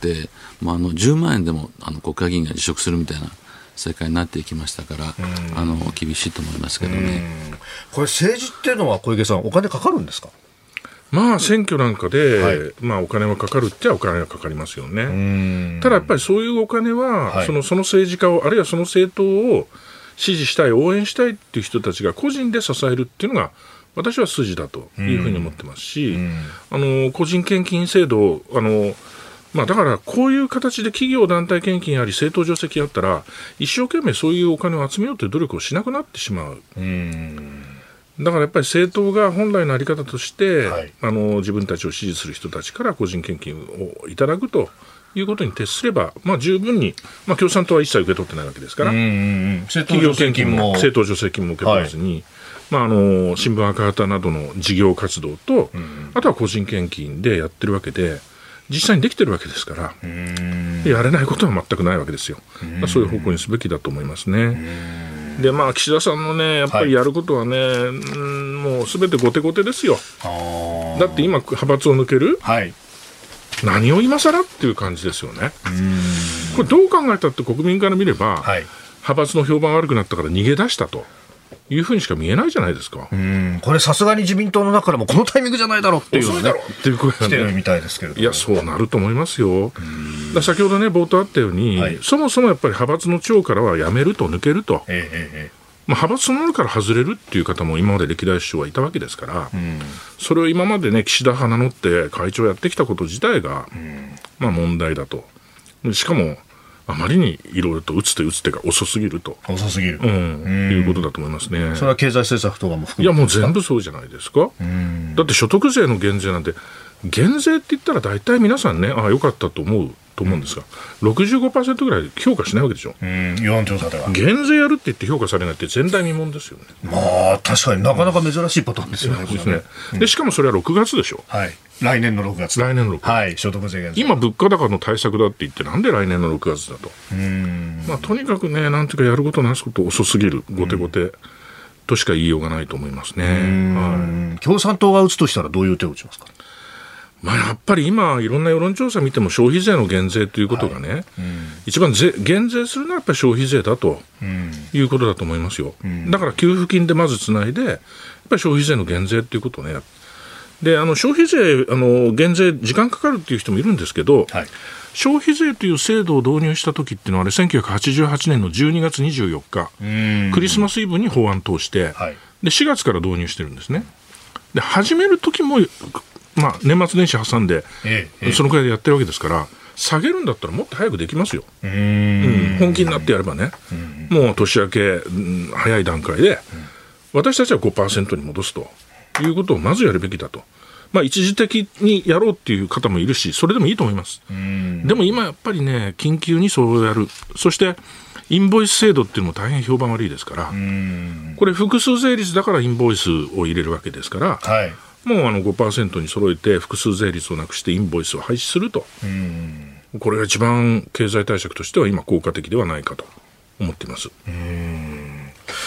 、10万円でも国会議員が辞職するみたいな世界になっていきましたから、厳しいと思いますけどね。 これ政治っていうのは小池さんお金かかるんですか。 選挙なんかで、お金はかかるってお金はかかりますよね。ただやっぱりそういうお金は、その政治家をあるいはその政党を支持したい応援したいっていう人たちが個人で支えるっていうのが私は筋だというふうに思ってますし、個人献金制度だからこういう形で企業団体献金あり政党助成金あったら一生懸命そういうお金を集めようという努力をしなくなってしまう。だからやっぱり政党が本来のあり方として、自分たちを支持する人たちから個人献金をいただくということに徹すれば、十分に、共産党は一切受け取ってないわけですから、企業献金も政党助成金も受け取らずに、新聞赤旗などの事業活動と、あとは個人献金でやってるわけで、実際にできてるわけですから、やれないことは全くないわけですよ。そういう方向にすべきだと思いますね。で、岸田さんのね、やっぱりやることはね、もうすべて後手後手ですよ。だって今、派閥を抜ける、何を今更っていう感じですよね。これどう考えたって国民から見れば、派閥の評判悪くなったから逃げ出したというふうにしか見えないじゃないですか。 これさすがに自民党の中からもこのタイミングじゃないだろうっていうのがね、 っていう声が来てるみたいですけれども、 いやそうなると思いますよ。先ほどね冒頭あったように、そもそもやっぱり派閥の長からは辞めると抜けると、派閥そのものから外れるっていう方も今まで歴代首相はいたわけですから、それを今までね岸田派名乗って会長やってきたこと自体が、問題だと。しかもあまりにいろいろと打つ手が遅すぎるということだと思いますね。 それは経済政策とかも含めていやもう全部そうじゃないですか。だって所得税の減税なんて減税って言ったら大体皆さんね良かったと思うんですが、65% ぐらい評価しないわけでしょ。 世論調査では減税やるって言って評価されないって前代未聞ですよね。 確かになかなか珍しいパターンですよね。 でしかもそれは6月でしょ。 来年の6月。 来年の6月。 所得税減税。 今物価高の対策だって言ってなんで来年の6月だと。とにかくねなんていうかやることなすこと遅すぎる後手後手としか言いようがないと思いますね。 共産党が打つとしたらどういう手を打ちますか。 やっぱり今いろんな世論調査見ても消費税の減税ということがね、一番減税するのはやっぱり消費税だということだと思いますよ。だから給付金でまずつないでやっぱり消費税の減税ということをねで消費税減税時間かかるっていう人もいるんですけど、消費税という制度を導入した時っていうのは1988年の12月24日クリスマスイブに法案通して、で4月から導入してるんですね。で始める時も年末年始挟んで、そのくらいでやってるわけですから下げるんだったらもっと早くできますよ。本気になってやればね、もう年明け、早い段階で、私たちは 5% に戻すということをまずやるべきだと。一時的にやろうっていう方もいるしそれでもいいと思います。でも今やっぱりね緊急にそうやる。そしてインボイス制度っていうのも大変評判悪いですから、これ複数税率だからインボイスを入れるわけですから、もう5% に揃えて複数税率をなくしてインボイスを廃止すると。これが一番経済対策としては今効果的ではないかと思っています。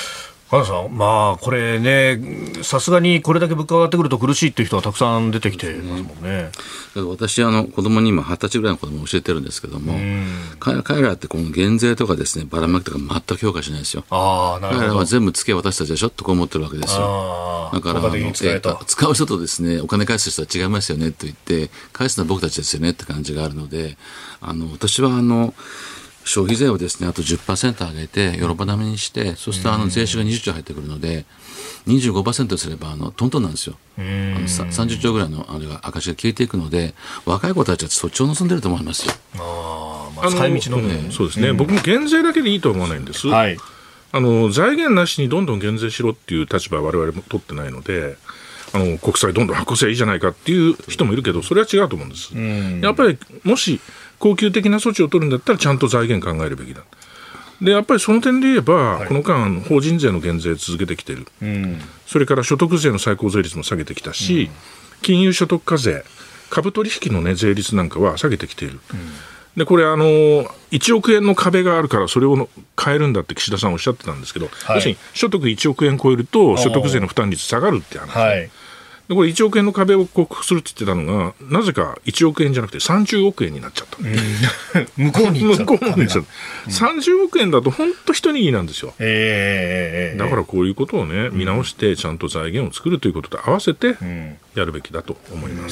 原さん、これね、さすがにこれだけ物価が上がってくると苦しいっていう人はたくさん出てきてますもんね。 私子供に今20歳ぐらいの子供を教えてるんですけども、彼らってこの減税とかですね、ばらまきとか全く評価しないですよ。 なるほど。 彼らは全部付け渡したでしょとこう思ってるわけですよ。だから使う人とですね、お金返す人は違いますよねと言って返すのは僕たちですよねって感じがあるので、私は消費税をですね、あと 10% 上げてヨーロッパ並みにして、そうすると税収が20兆入ってくるので 25% すればトントンなんですよ。30兆ぐらいの赤字が消えていくので、若い子たちはそっちを望んでると思いますよ。 使い道のね、 そうですね、僕も減税だけでいいとは思わないんです、財源なしにどんどん減税しろっていう立場は我々も取ってないので、国債どんどん発行せばいいじゃないかっていう人もいるけど、それは違うと思うんです。やっぱりもし恒久的な措置を取るんだったらちゃんと財源考えるべきだ。でやっぱりその点で言えば、この間法人税の減税続けてきてる、それから所得税の最高税率も下げてきたし、金融所得課税、株取引の、税率なんかは下げてきている。でこれ1億円の壁があるからそれを変えるんだって岸田さんおっしゃってたんですけど、要するに所得1億円超えると所得税の負担率下がるって話、でこれ1億円の壁を克服するって言ってたのが、なぜか1億円じゃなくて30億円になっちゃった、 向こうに行っちゃった 30億円だと本当一握りなんですよ。だからこういうことをね、見直してちゃんと財源を作るということと合わせてやるべきだと思います。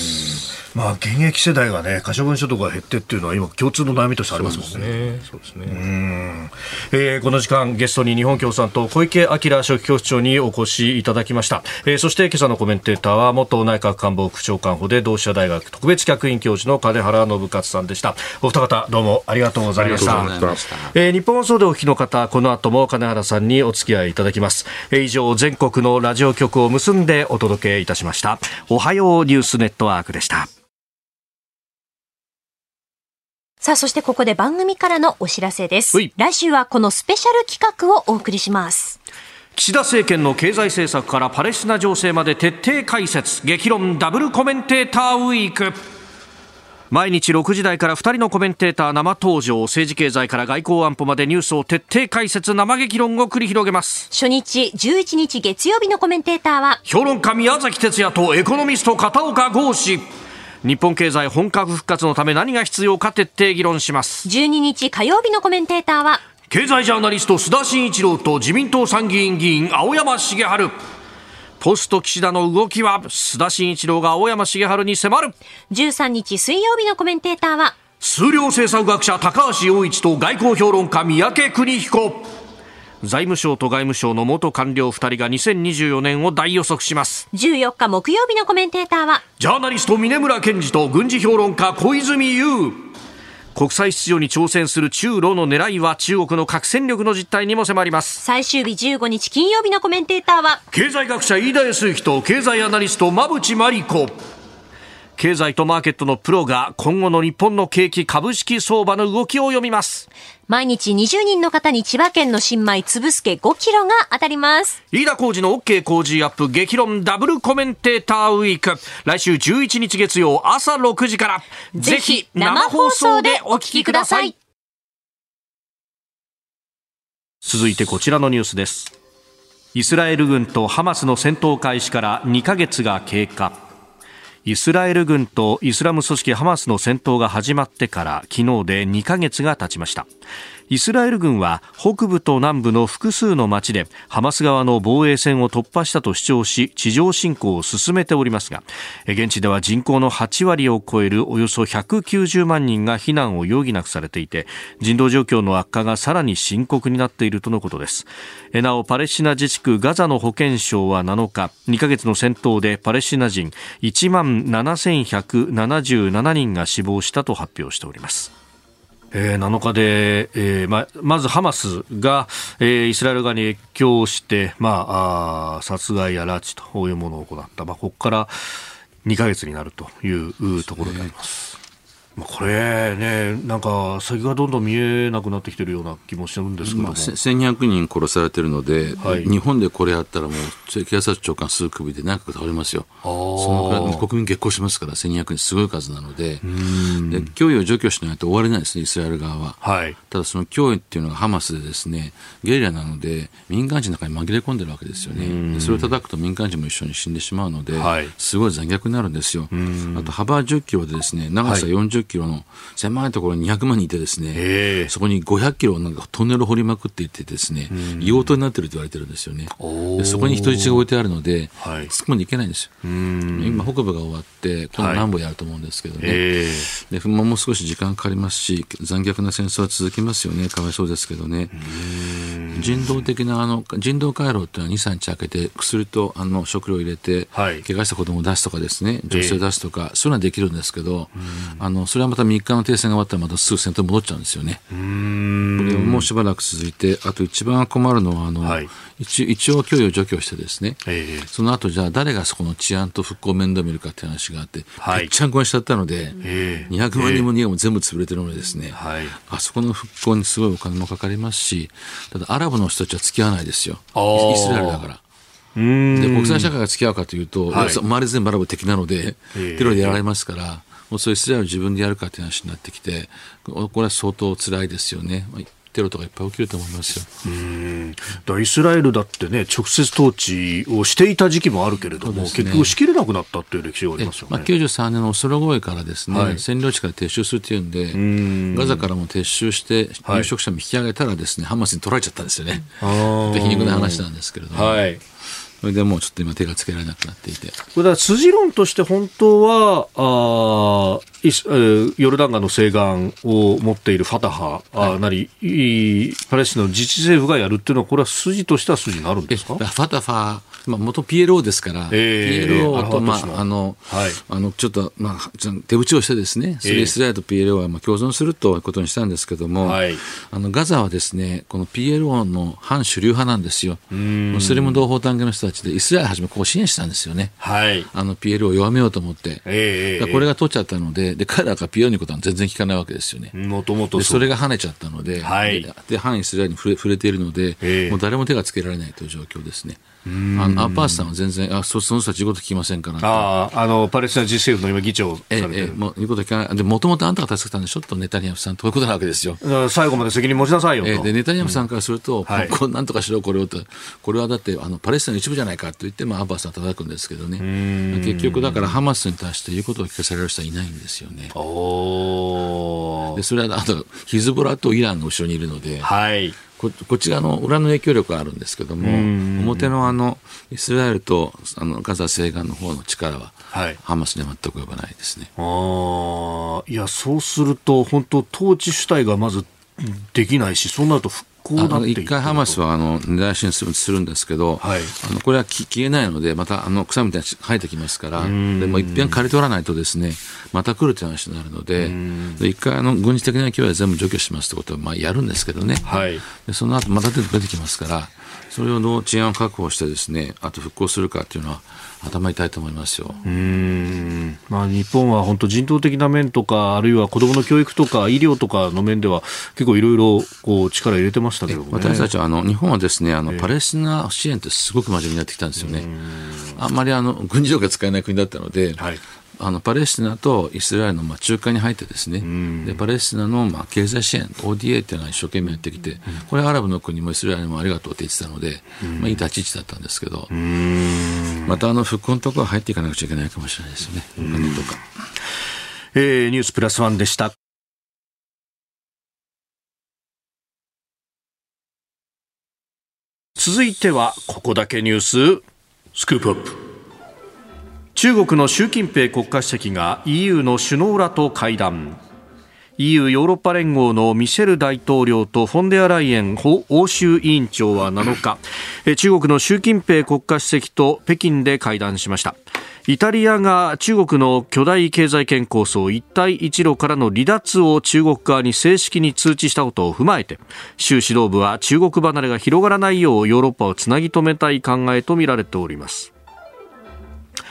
現役世代がね、可処分所得が減ってっていうのは今共通の悩みとしてありますもんね。 そうですね。 この時間ゲストに日本共産党小池晃書記局長にお越しいただきました。そして今朝のコメンテーターは元内閣官房副長官補で同志社大学特別客員教授の金原信勝さんでした。お二方どうもありがとうございました。日本放送でお聞きの方、この後も金原さんにお付き合いいただきます。以上、全国のラジオ局を結んでお届けいたしました。おはようニュースネットワークでした。 さあ、そしてここで番組からのお知らせです。来週はこのスペシャル企画をお送りします。 岸田政権の経済政策からパレスチナ情勢まで徹底解説、激論ダブルコメンテーターウィーク。毎日6時台から2人のコメンテーター生登場。政治経済から外交安保までニュースを徹底解説、生激論を繰り広げます。 初日11日月曜日のコメンテーターは評論家宮崎哲也とエコノミスト片岡剛志。日本経済本格復活のため何が必要か徹底議論します。 12日火曜日のコメンテーターは経済ジャーナリスト須田慎一郎と自民党参議院議員青山茂春。ポスト岸田の動きは、須田慎一郎が青山茂春に迫る。 13日水曜日のコメンテーターは数量政策学者高橋洋一と外交評論家三宅邦彦。財務省と外務省の元官僚2人が2024年を大予測します。 14日木曜日のコメンテーターはジャーナリスト峯村健二と軍事評論家小泉悠。国際秩序に挑戦する中ロの狙いは、中国の核戦力の実態にも迫ります。 最終日15日金曜日のコメンテーターは経済学者飯田康之と経済アナリスト馬淵真理子。経済とマーケットのプロが今後の日本の景気、株式相場の動きを読みます。 毎日20人の方に千葉県の新米つぶすけ5キロが当たります。 飯田浩司の OK 工事アップ激論ダブルコメンテーターウィーク。来週11日月曜朝6時から、ぜひ生放送でお聞きください。続いてこちらのニュースです。イスラエル軍とハマスの戦闘開始から2ヶ月が経過。イスラエル軍とイスラム組織ハマスの戦闘が始まってから昨日で2ヶ月が経ちました。イスラエル軍は北部と南部の複数の町でハマス側の防衛線を突破したと主張し、地上侵攻を進めておりますが、現地では人口の8割を超えるおよそ190万人が避難を余儀なくされていて、人道状況の悪化がさらに深刻になっているとのことです。なお、パレスチナ自治区ガザの保健省は7日、2ヶ月の戦闘でパレスチナ人1万7177人が死亡したと発表しております。7日で、まずハマスが、イスラエル側に越境して、殺害や拉致というものを行った、ここから2ヶ月になるというところであります。 これね、なんか先がどんどん見えなくなってきてるような気もしてるんですけども、 1200人殺されてるので、日本でこれやったらもう警察長官数首で内閣倒れますよ。そのくらい国民激高しますから、1200人すごい数なので、脅威を除去しないと終われないですね、イスラエル側は。ただその脅威っていうのがハマスでですね、ゲリラなので民間人の中に紛れ込んでるわけですよね。でそれを叩くと民間人も一緒に死んでしまうので、すごい残虐になるんですよ。あと幅10キロでですね、長さ40キロの狭いところに200万人いてですね、そこに500キロなんかトンネルを掘りまくっていてですね、硫黄島になってると言われてるんですよね。でそこに人質が置いてあるので、突っ込んでいけないんですよ。今北部が終わって今度南部やると思うんですけどね、でもう少し時間かかりますし、残虐な戦争は続きますよね。かわいそうですけどね。人道的な人道回廊っていうのは 2,3 日空けて薬と食料を入れて、怪我した子供を出すとかですね、女性を出すとか、そういうのはできるんですけど、それはまた3日の停戦が終わったらまたすぐ戦闘に戻っちゃうんですよね。これもうしばらく続いて、あと一番困るのは一応脅威を除去してですね、その後じゃあ誰がそこの治安と復興を面倒見るかっていう話があって、ぺっちゃんこにしちゃったので、200万人も家も全部潰れてるのでですね、あそこの復興にすごいお金もかかりますし、ただアラブの人たちは付き合わないですよ。イスラエルだから。で国際社会が付き合うかというと、周り全部アラブ的なので、テロでやられますから、もうそういうイスラエルを自分でやるかという話になってきて、これは相当辛いですよね。テロとかいっぱい起きると思いますよ。 だイスラエルだってね、直接統治をしていた時期もあるけれども、結局しきれなくなったという歴史がありますよね。 93年のオスロ合意からですね、占領地から撤収するというんで、ガザからも撤収して入植者も引き上げたらですね、ハマスに取られちゃったんですよね。皮肉な話なんですけれども、それでもうちょっと今手がつけられなくなっていて、 これは筋論として本当はヨルダン川の西岸を持っているファタハなり、パレスチナの自治政府がやるっていうのは、これは筋としては筋になるんですか。 ファタハ元 PLO ですから、PLO とちょっと手打ちをしてですね、それイスラエルと PLO は共存するということにしたんですけども、ガザはですね、この PLO の反主流派なんですよ。ムスリム同胞単元の人たちでイスラエルはじめここを支援したんですよね。PLO を弱めようと思って、これが取っちゃったので、彼らが PLO のことは全然聞かないわけですよね。それが跳ねちゃったので、で反イスラエルに触れているので、もう誰も手がつけられないという状況ですね。アッバースさんは全然その人たち言うこと聞きませんから、 パレスチナ自治政府の今議長されてる、 もう言うこと聞かない。でもともとあんたが助けたんでしょとネタニヤフさんとこういうことなわけですよ。 最後まで責任持ちなさいよと。 でネタニヤフさんからすると、なんとかしろこれをと、これはだってパレスチナの一部じゃないかと言って、アッバースさんは叩くんですけどね。結局だからハマスに対して言うことを聞かされる人はいないんですよね。でそれはあとヒズボラとイランが後ろにいるので、こっち側の裏の影響力があるんですけども、表のイスラエルとガザ西岸の方の力は、ハマスには全く及ばないですね。 いや、そうすると本当統治主体がまずできないし、そうなると一回ハマスは根絶やしにするんですけど、これは消えないので、また草みたいに生えてきますから、でも一遍刈り取らないとですね、また来るという話になるので、一回軍事的な勢いは全部除去しますということはやるんですけどね、でその後また出てきますから、それをどう治安を確保してですね、あと復興するかというのは頭痛いと思いますよ。 日本は本当人道的な面とか、あるいは子どもの教育とか医療とかの面では結構いろいろ力入れてましたけどね。 私たちは日本はですね、パレスチナ支援ってすごく真面目になってきたんですよね。あんまり軍事力が使えない国だったので、パレスチナとイスラエルの中間に入ってですね、でパレスチナの経済支援 ODA っていうのは一生懸命やってきて、これはアラブの国もイスラエルもありがとうって言ってたので、いい立ち位置だったんですけど、また復興のところは入っていかなくちゃいけないかもしれないですよね。お金とか。 ニュースプラスワンでした。続いてはここだけニューススクープアップ。中国の習近平国家主席が EU の首脳らと会談。 EU ヨーロッパ連合のミシェル大統領とフォンデアライエン欧州委員長は7日、中国の習近平国家主席と北京で会談しました。イタリアが中国の巨大経済圏構想一帯一路からの離脱を中国側に正式に通知したことを踏まえて、習指導部は中国離れが広がらないようヨーロッパをつなぎ止めたい考えとみられております。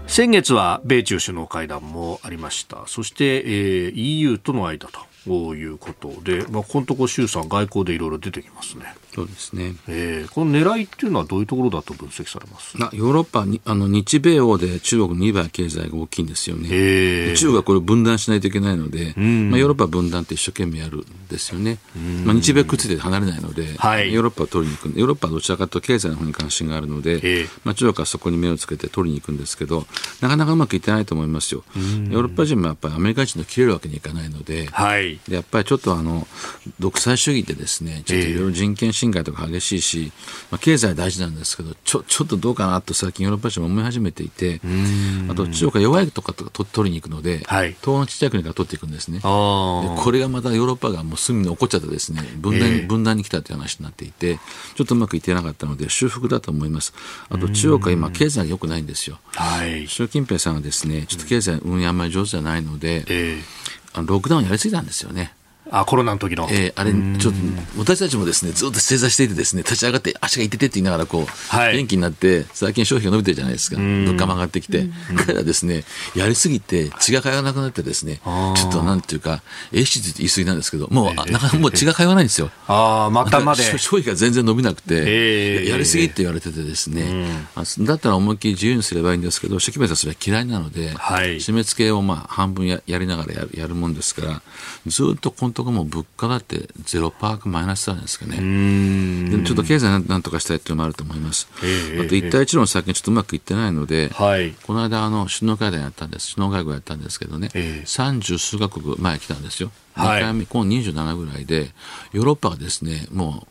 先月は米中首脳会談もありました。そして、EU との間ということで、このところ衆参外交でいろいろ出てきますね。 そうですね。 この狙いっていうのはどういうところだと分析されます？ ヨーロッパに日米欧で中国の2倍経済が大きいんですよね。中国はこれを分断しないといけないので、ヨーロッパは分断って一生懸命やるんですよね。日米くっついて離れないので、ヨーロッパを取りに行く。ヨーロッパはどちらかというと経済の方に関心があるので、中国はそこに目をつけて取りに行くんですけど、なかなかうまくいってないと思いますよ。ヨーロッパ人もやっぱりアメリカ人と切れるわけにいかないので、でやっぱりちょっと独裁主義でですね、ちょっといろいろ人権侵害とか激しいし、経済大事なんですけど、ちょっとどうかなと最近ヨーロッパ人も思い始めていて、あと中国は弱いとか取りに行くので、東のちっちゃい国から取っていくんですね。でこれがまたヨーロッパがもう隅に起こっちゃってですね、分断に来たという話になっていて、ちょっとうまくいってなかったので修復だと思います。あと中国は今経済が良くないんですよ。習近平さんはですね、ちょっと経済運営あんまり上手じゃないので、ロックダウンやりすぎたんですよね。 コロナの時の、 あれちょっと私たちもですねずっと正座していてですね、立ち上がって足が痛てって言いながらこう、元気になって最近消費が伸びてるじゃないですか。物価も上がってきて、彼らですねやりすぎて血が通わなくなってですね、ちょっとなんていうか英詞って言い過ぎなんですけど、もうなかなかもう血が通わないんですよ。 またまで消費が全然伸びなくて、やりすぎって言われててですね、だったら思いっきり自由にすればいいんですけど、習近平さんそれは嫌いなので、締め付けを半分 やりながらやるもんですから、ずっとこのとこも物価だって0%かマイナスなんですかね。でもちょっと経済なんとかしたいというのもあると思います。あと一帯一路の先にちょっとうまくいってないので、この間首脳会談やったんです。首脳会合やったんですけどね、30数カ国前来たんですよ。2回目、この27ぐらいで、ヨーロッパがですね、もう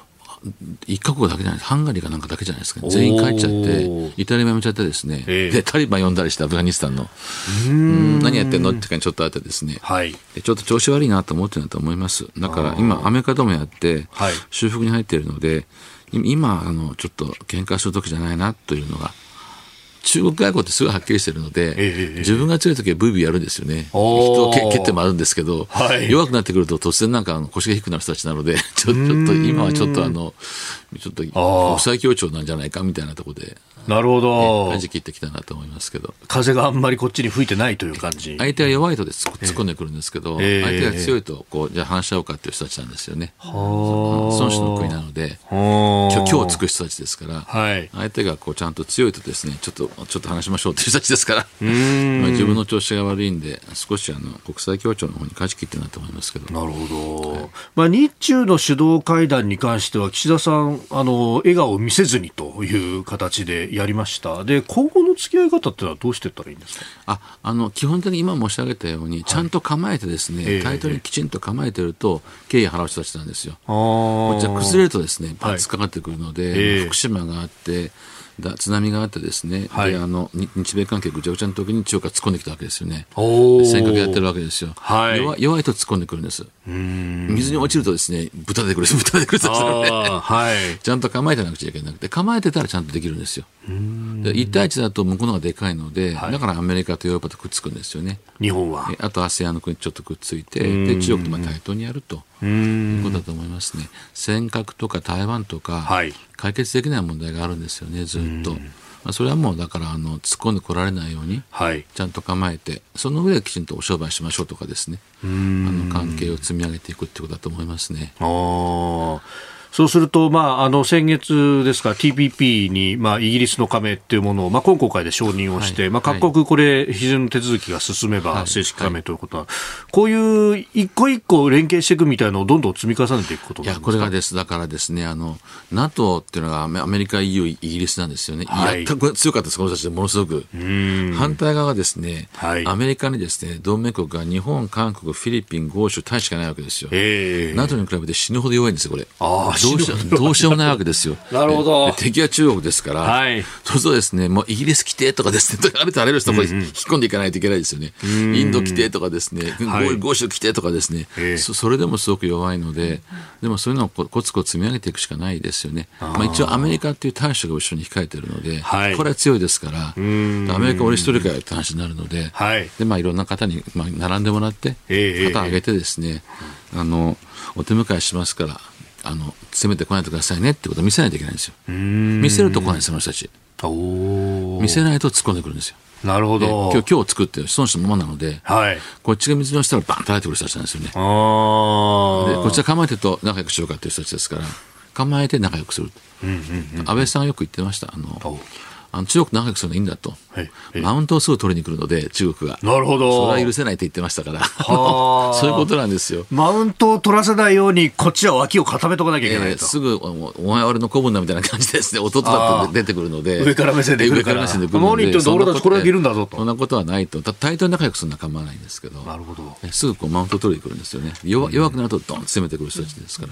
1カ国だけじゃないです。ハンガリーかなんかだけじゃないですか。全員帰っちゃって、イタリアもやめちゃってですね、でタリバン呼んだりしてアフガニスタンの何やってんのって感じちょっとあってですね、でちょっと調子悪いなと思ってるんだと思います。だから今アメリカともやって修復に入っているので、今ちょっと喧嘩する時じゃないなというのが、中国外交ってすごいはっきりしてるので、自分が強い時はブイブイやるんですよね。人を蹴ってもあるんですけど、弱くなってくると突然なんか腰が低くなる人たちなので、ちょっと今はちょっと国際協調なんじゃないかみたいなところで、 なるほど、 舵切ってきたなと思いますけど、 風があんまりこっちに吹いてないという感じ。 相手は弱いと突っ込んでくるんですけど、相手が強いとじゃあ話し合おうかっていう人たちなんですよね。孫子の国なので今日つく人たちですから、相手がちゃんと強いとですね、ちょっと話しましょうっていう人たちですから、自分の調子が悪いんで少し国際協調の方に舵切ってるなと思いますけど。 なるほど、日中の首脳会談に関しては岸田さん笑顔を見せずにという形でやりました。で今後の付き合い方ってのはどうしていったらいいんですか？ 基本的に今申し上げたようにちゃんと構えてですね、対等にきちんと構えてると敬意払う人たちなんですよ。じゃあ崩れるとですねパンツかかってくるので、福島があって津波があってですね、で日米関係ぐちゃぐちゃの時に中国が突っ込んできたわけですよね。尖閣やってるわけですよ。弱いと突っ込んでくるんです。水に落ちるとですね豚出てくる人たちなので、ちゃんと構えてなくちゃいけなくて、構えてたらちゃんとできるんですよ。で1対1だと向こうの方がでかいので、だからアメリカとヨーロッパとくっつくんですよね。 日本はあと ASEAN の国ちょっとくっついて、で中国と対等にやるということだと思いますね。尖閣とか台湾とか、解決できない問題があるんですよね、ずっと。それはもうだから突っ込んでこられないように、ちゃんと構えて、その上できちんとお商売しましょうとかですね、関係を積み上げていくってことだと思いますね。 そうすると、先月ですか TPP に、イギリスの加盟っていうものを、今国会で承認をして、各国これ批准の手続きが進めば正式加盟ということは、こういう一個一個連携していくみたいなのをどんどん積み重ねていくことなんですか？ これがだからですね、NATO っていうのがアメリカ、EU、イギリスなんですよね。やったく強かったです、この人たちでものすごく。反対側がですね、アメリカにですね、同盟国が日本、韓国、フィリピン、豪州、タイしかないわけですよ。NATO に比べて死ぬほど弱いんですよ、これ。どうしようもないわけですよ。 なるほど。 敵は中国ですから、そうするとですね、もうイギリス来てとかですね、あれとあらゆる人が引っ込んでいかないといけないですよね。インド来てとかですね、豪州来てとかですね、それでもすごく弱いので、でもそういうのをコツコツ積み上げていくしかないですよね。一応アメリカっていう大使が後ろに控えているので、これは強いですから、アメリカ俺一人かよって話になるので、でいろんな方に並んでもらって、肩を上げてですね、お手迎えしますから、攻めてこないでくださいねってことを見せないといけないんですよ。見せると来ないですよ、その人たち。見せないと突っ込んでくるんですよ。 なるほど。 今日作ってその人のままなので、はい、こっちが水の下からバンと入ってくる人たちなんですよね。でこっちは構えてると仲良くしようかっていう人たちですから、構えて仲良くする。安倍さんがよく言ってました。中国と仲良くするのがいいんだと、マウントをすぐ取りに来るので中国が。なるほど。それは許せないって言ってましたからそういうことなんですよ。 マウントを取らせないようにこっちは脇を固めとかなきゃいけないと、 すぐお前俺の子分だみたいな感じですね。弟だって出てくるので、 上から目線で来るから、何言ってんだ俺たちこれだけいるんだぞと。 そんなことはないと。対等に仲良くするのは構わないんですけど、なるほど、すぐマウントを取りに来るんですよね。弱くなるとドンと攻めてくる人たちですから。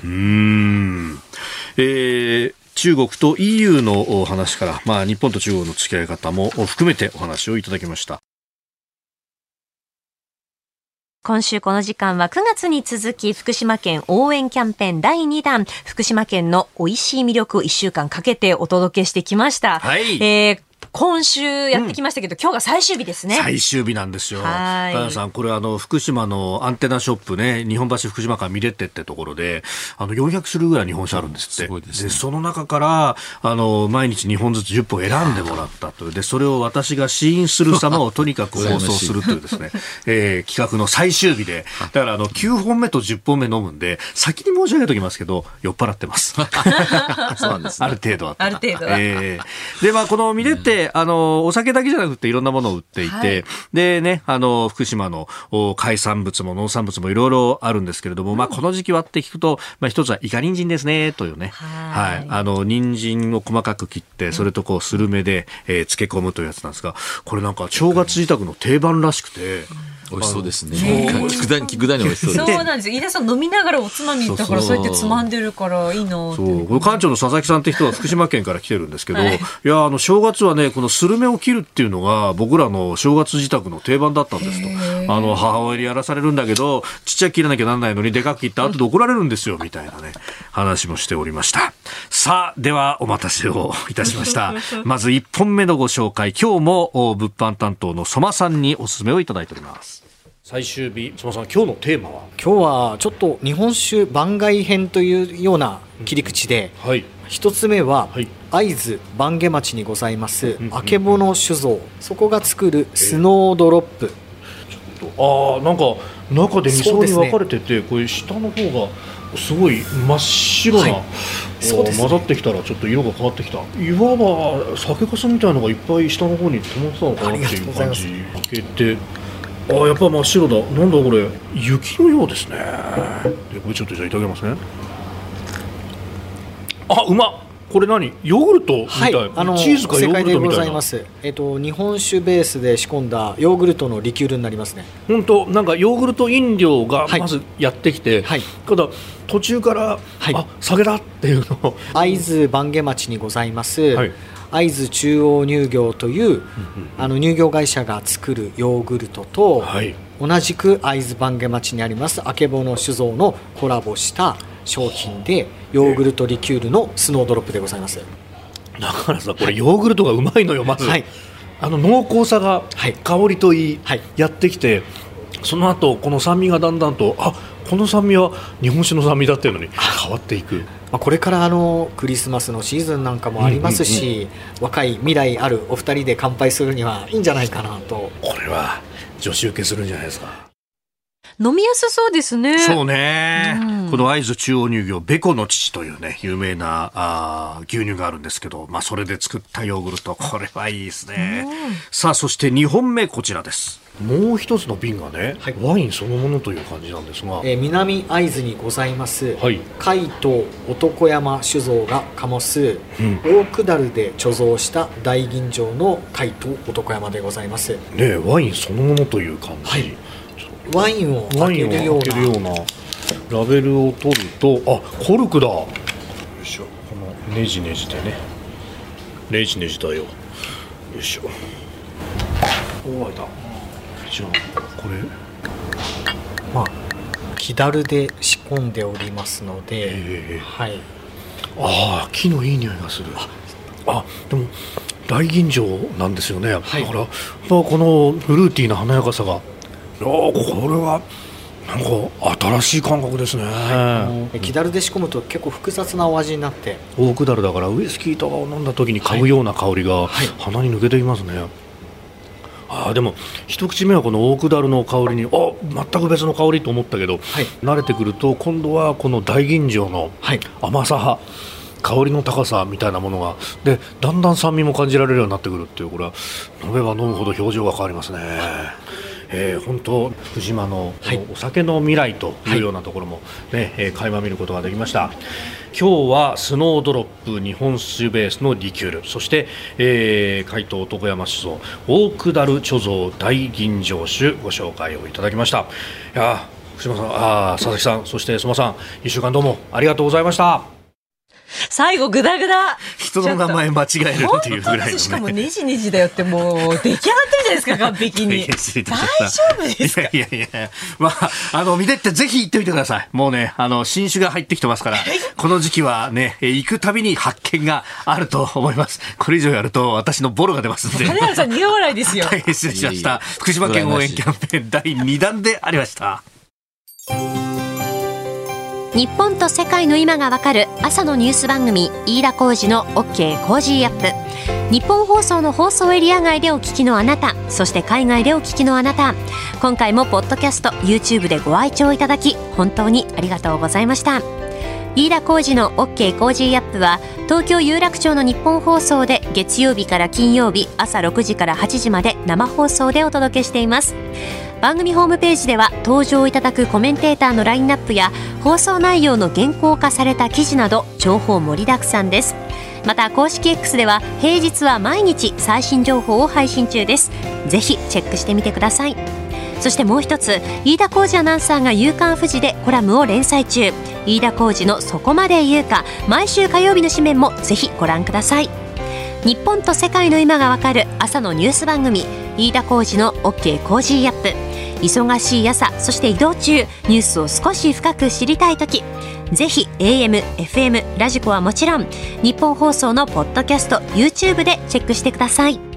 中国と EU の話から、日本と中国の付き合い方も含めてお話をいただきました。 今週この時間は9月に続き福島県応援キャンペーン第2弾、福島県の美味しい魅力を1週間かけてお届けしてきました。はい、今週やってきましたけど、今日が最終日ですね。 最終日なんですよ。加谷さん、これ福島のアンテナショップね、日本橋福島から見れてってところで400種類ぐらい日本酒あるんですって。すごいですね。でその中から毎日2本ずつ10本選んでもらったという。でそれを私が試飲する様をとにかく放送するというですね企画の最終日で、だから9本目と10本目飲むんで、先に申し上げておきますけど酔っ払ってますそうなんですね。ある程度は。 ある程度は。 でこの見れてお酒だけじゃなくていろんなものを売っていて、はい、でね、福島の海産物も農産物もいろいろあるんですけれども、この時期はって聞くと、一つはイカ人参ですねというね、はい、人参を細かく切ってそれとスルメで、漬け込むというやつなんですが、これなんか正月自宅の定番らしくて。 美味しそうですね。聞くだに美味しそうです。 そうなんです。飯田さん飲みながらおつまみだから、そうやってつまんでるからいいなって。 これ館長の佐々木さんって人は福島県から来てるんですけど、はい、いや正月はね、このスルメを切るっていうのが僕らの正月自宅の定番だったんですと。母親にやらされるんだけど、ちっちゃく切らなきゃなんないのにでかく切った後で怒られるんですよみたいなね話もしておりました。さあ、ではお待たせをいたしましたまず1本目のご紹介、今日も物販担当の相馬さんにお勧めをいただいております。最終日、相馬さん、今日のテーマは？ 今日はちょっと日本酒番外編というような切り口で、はい、一つ目は、はい、会津坂下町にございます、あけぼの酒造、そこが作るスノードロップ。 ちょっとなんか中で2層に分かれてて、これ下の方がすごい真っ白な、はい、そうですね、混ざってきたらちょっと色が変わってきた。いわば酒粕みたいなのがいっぱい下の方に溜まってたのかなっていう感じ。開けてやっぱ真っ白だ。なんだこれ、雪のようですね。でこれちょっとじゃあいただきますね。うまっ。これ何、ヨーグルトみたい、はい、チーズかヨーグルトみたいな。正解でございます。 日本酒ベースで仕込んだヨーグルトのリキュールになりますね。 本当なんかヨーグルト飲料がまずやってきて、はい、ただ途中から、はい、酒だっていうのを。 会津坂下町にございます、はい、会津中央乳業という、乳業会社が作るヨーグルトと、はい、同じく会津坂下町にありますあけぼの酒造のコラボした商品で、ヨーグルトリキュールのスノードロップでございます。 だからさ、これヨーグルトがうまいのよ。まず、はい、濃厚さが、はい、香りといい、はい、やってきて、その後この酸味がだんだんと、この酸味は日本酒の酸味だっていうのに変わっていく。 これからクリスマスのシーズンなんかもありますし、若い未来あるお二人で乾杯するにはいいんじゃないかなと。 これは女子受けするんじゃないですか。 飲みやすそうですね。 そうね、この会津中央乳業べこの父というね有名な牛乳があるんですけど、それで作ったヨーグルト、これはいいですね。さあ、そして2本目こちらです。もう一つの瓶がね、はい、ワインそのものという感じなんですが、 南会津にございます、はい、海東男山酒造が醸す、大下るで貯蔵した大吟醸の海東男山でございます、 ワインそのものという感じ、はい、 ワインを開けるようなラベルを取ると、コルクだ。よいしょ、このネジネジでね、ネジネジだよ。よいしょ。開いた。じゃあこれ木だるで仕込んでおりますので、はい、 木のいい匂いがする。でも大吟醸なんですよね。だからこのフルーティーな華やかさが、これはなんか新しい感覚ですね。 木だるで仕込むと結構複雑なお味になって、 大下るだからウイスキーとかを飲んだ時に嗅ぐような香りが鼻に抜けていますね。 でも一口目はこのオークダルの香りに全く別の香りと思ったけど、慣れてくると今度はこの大吟醸の甘さ、香りの高さみたいなものがでだんだん酸味も感じられるようになってくるっていう、これは飲めば飲むほど表情が変わりますね。本当福島のお酒の未来というようなところも、垣間見ることができました。今日はスノードロップ日本酒ベースのリキュール、そして、海東床山酒造オークダル貯蔵大吟醸酒ご紹介をいただきました。いや福島さん、佐々木さん、そして相馬さん、1週間どうもありがとうございました。 最後グダグダ、 人の名前間違えるっていうぐらいの、ね、 しかもネジネジだよってもう出来上がってるじゃないですか完璧に。大丈夫ですか。 いや見てってぜひ行ってみてください。もうね新酒が入ってきてますからこの時期はね行くたびに発見があると思います。これ以上やると私のボロが出ますんで。 金原さん苦笑いですよ。 大変失礼しました。福島県応援キャンペーン第2弾でありました。 日本と世界の今がわかる朝のニュース番組、飯田浩司の OK コージーアップ。日本放送の放送エリア外でお聞きのあなた、そして海外でお聞きのあなた、今回もポッドキャスト YouTube でご愛聴いただき本当にありがとうございました。飯田浩司の OK コージーアップは東京有楽町の日本放送で月曜日から金曜日朝6時から8時まで生放送でお届けしています。番組ホームページでは登場いただくコメンテーターのラインナップや放送内容の原稿化された記事など情報盛りだくさんです。また公式 X では平日は毎日最新情報を配信中です。ぜひチェックしてみてください。そしてもう一つ、飯田浩司アナウンサーが夕刊フジでコラムを連載中、飯田浩司のそこまで言うか、毎週火曜日の紙面もぜひご覧ください。日本と世界の今がわかる朝のニュース番組、飯田浩司の OK コージーアップ。忙しい朝、そして移動中、ニュースを少し深く知りたいとき、ぜひ AM、FM、ラジコはもちろん日本放送のポッドキャスト YouTube でチェックしてください。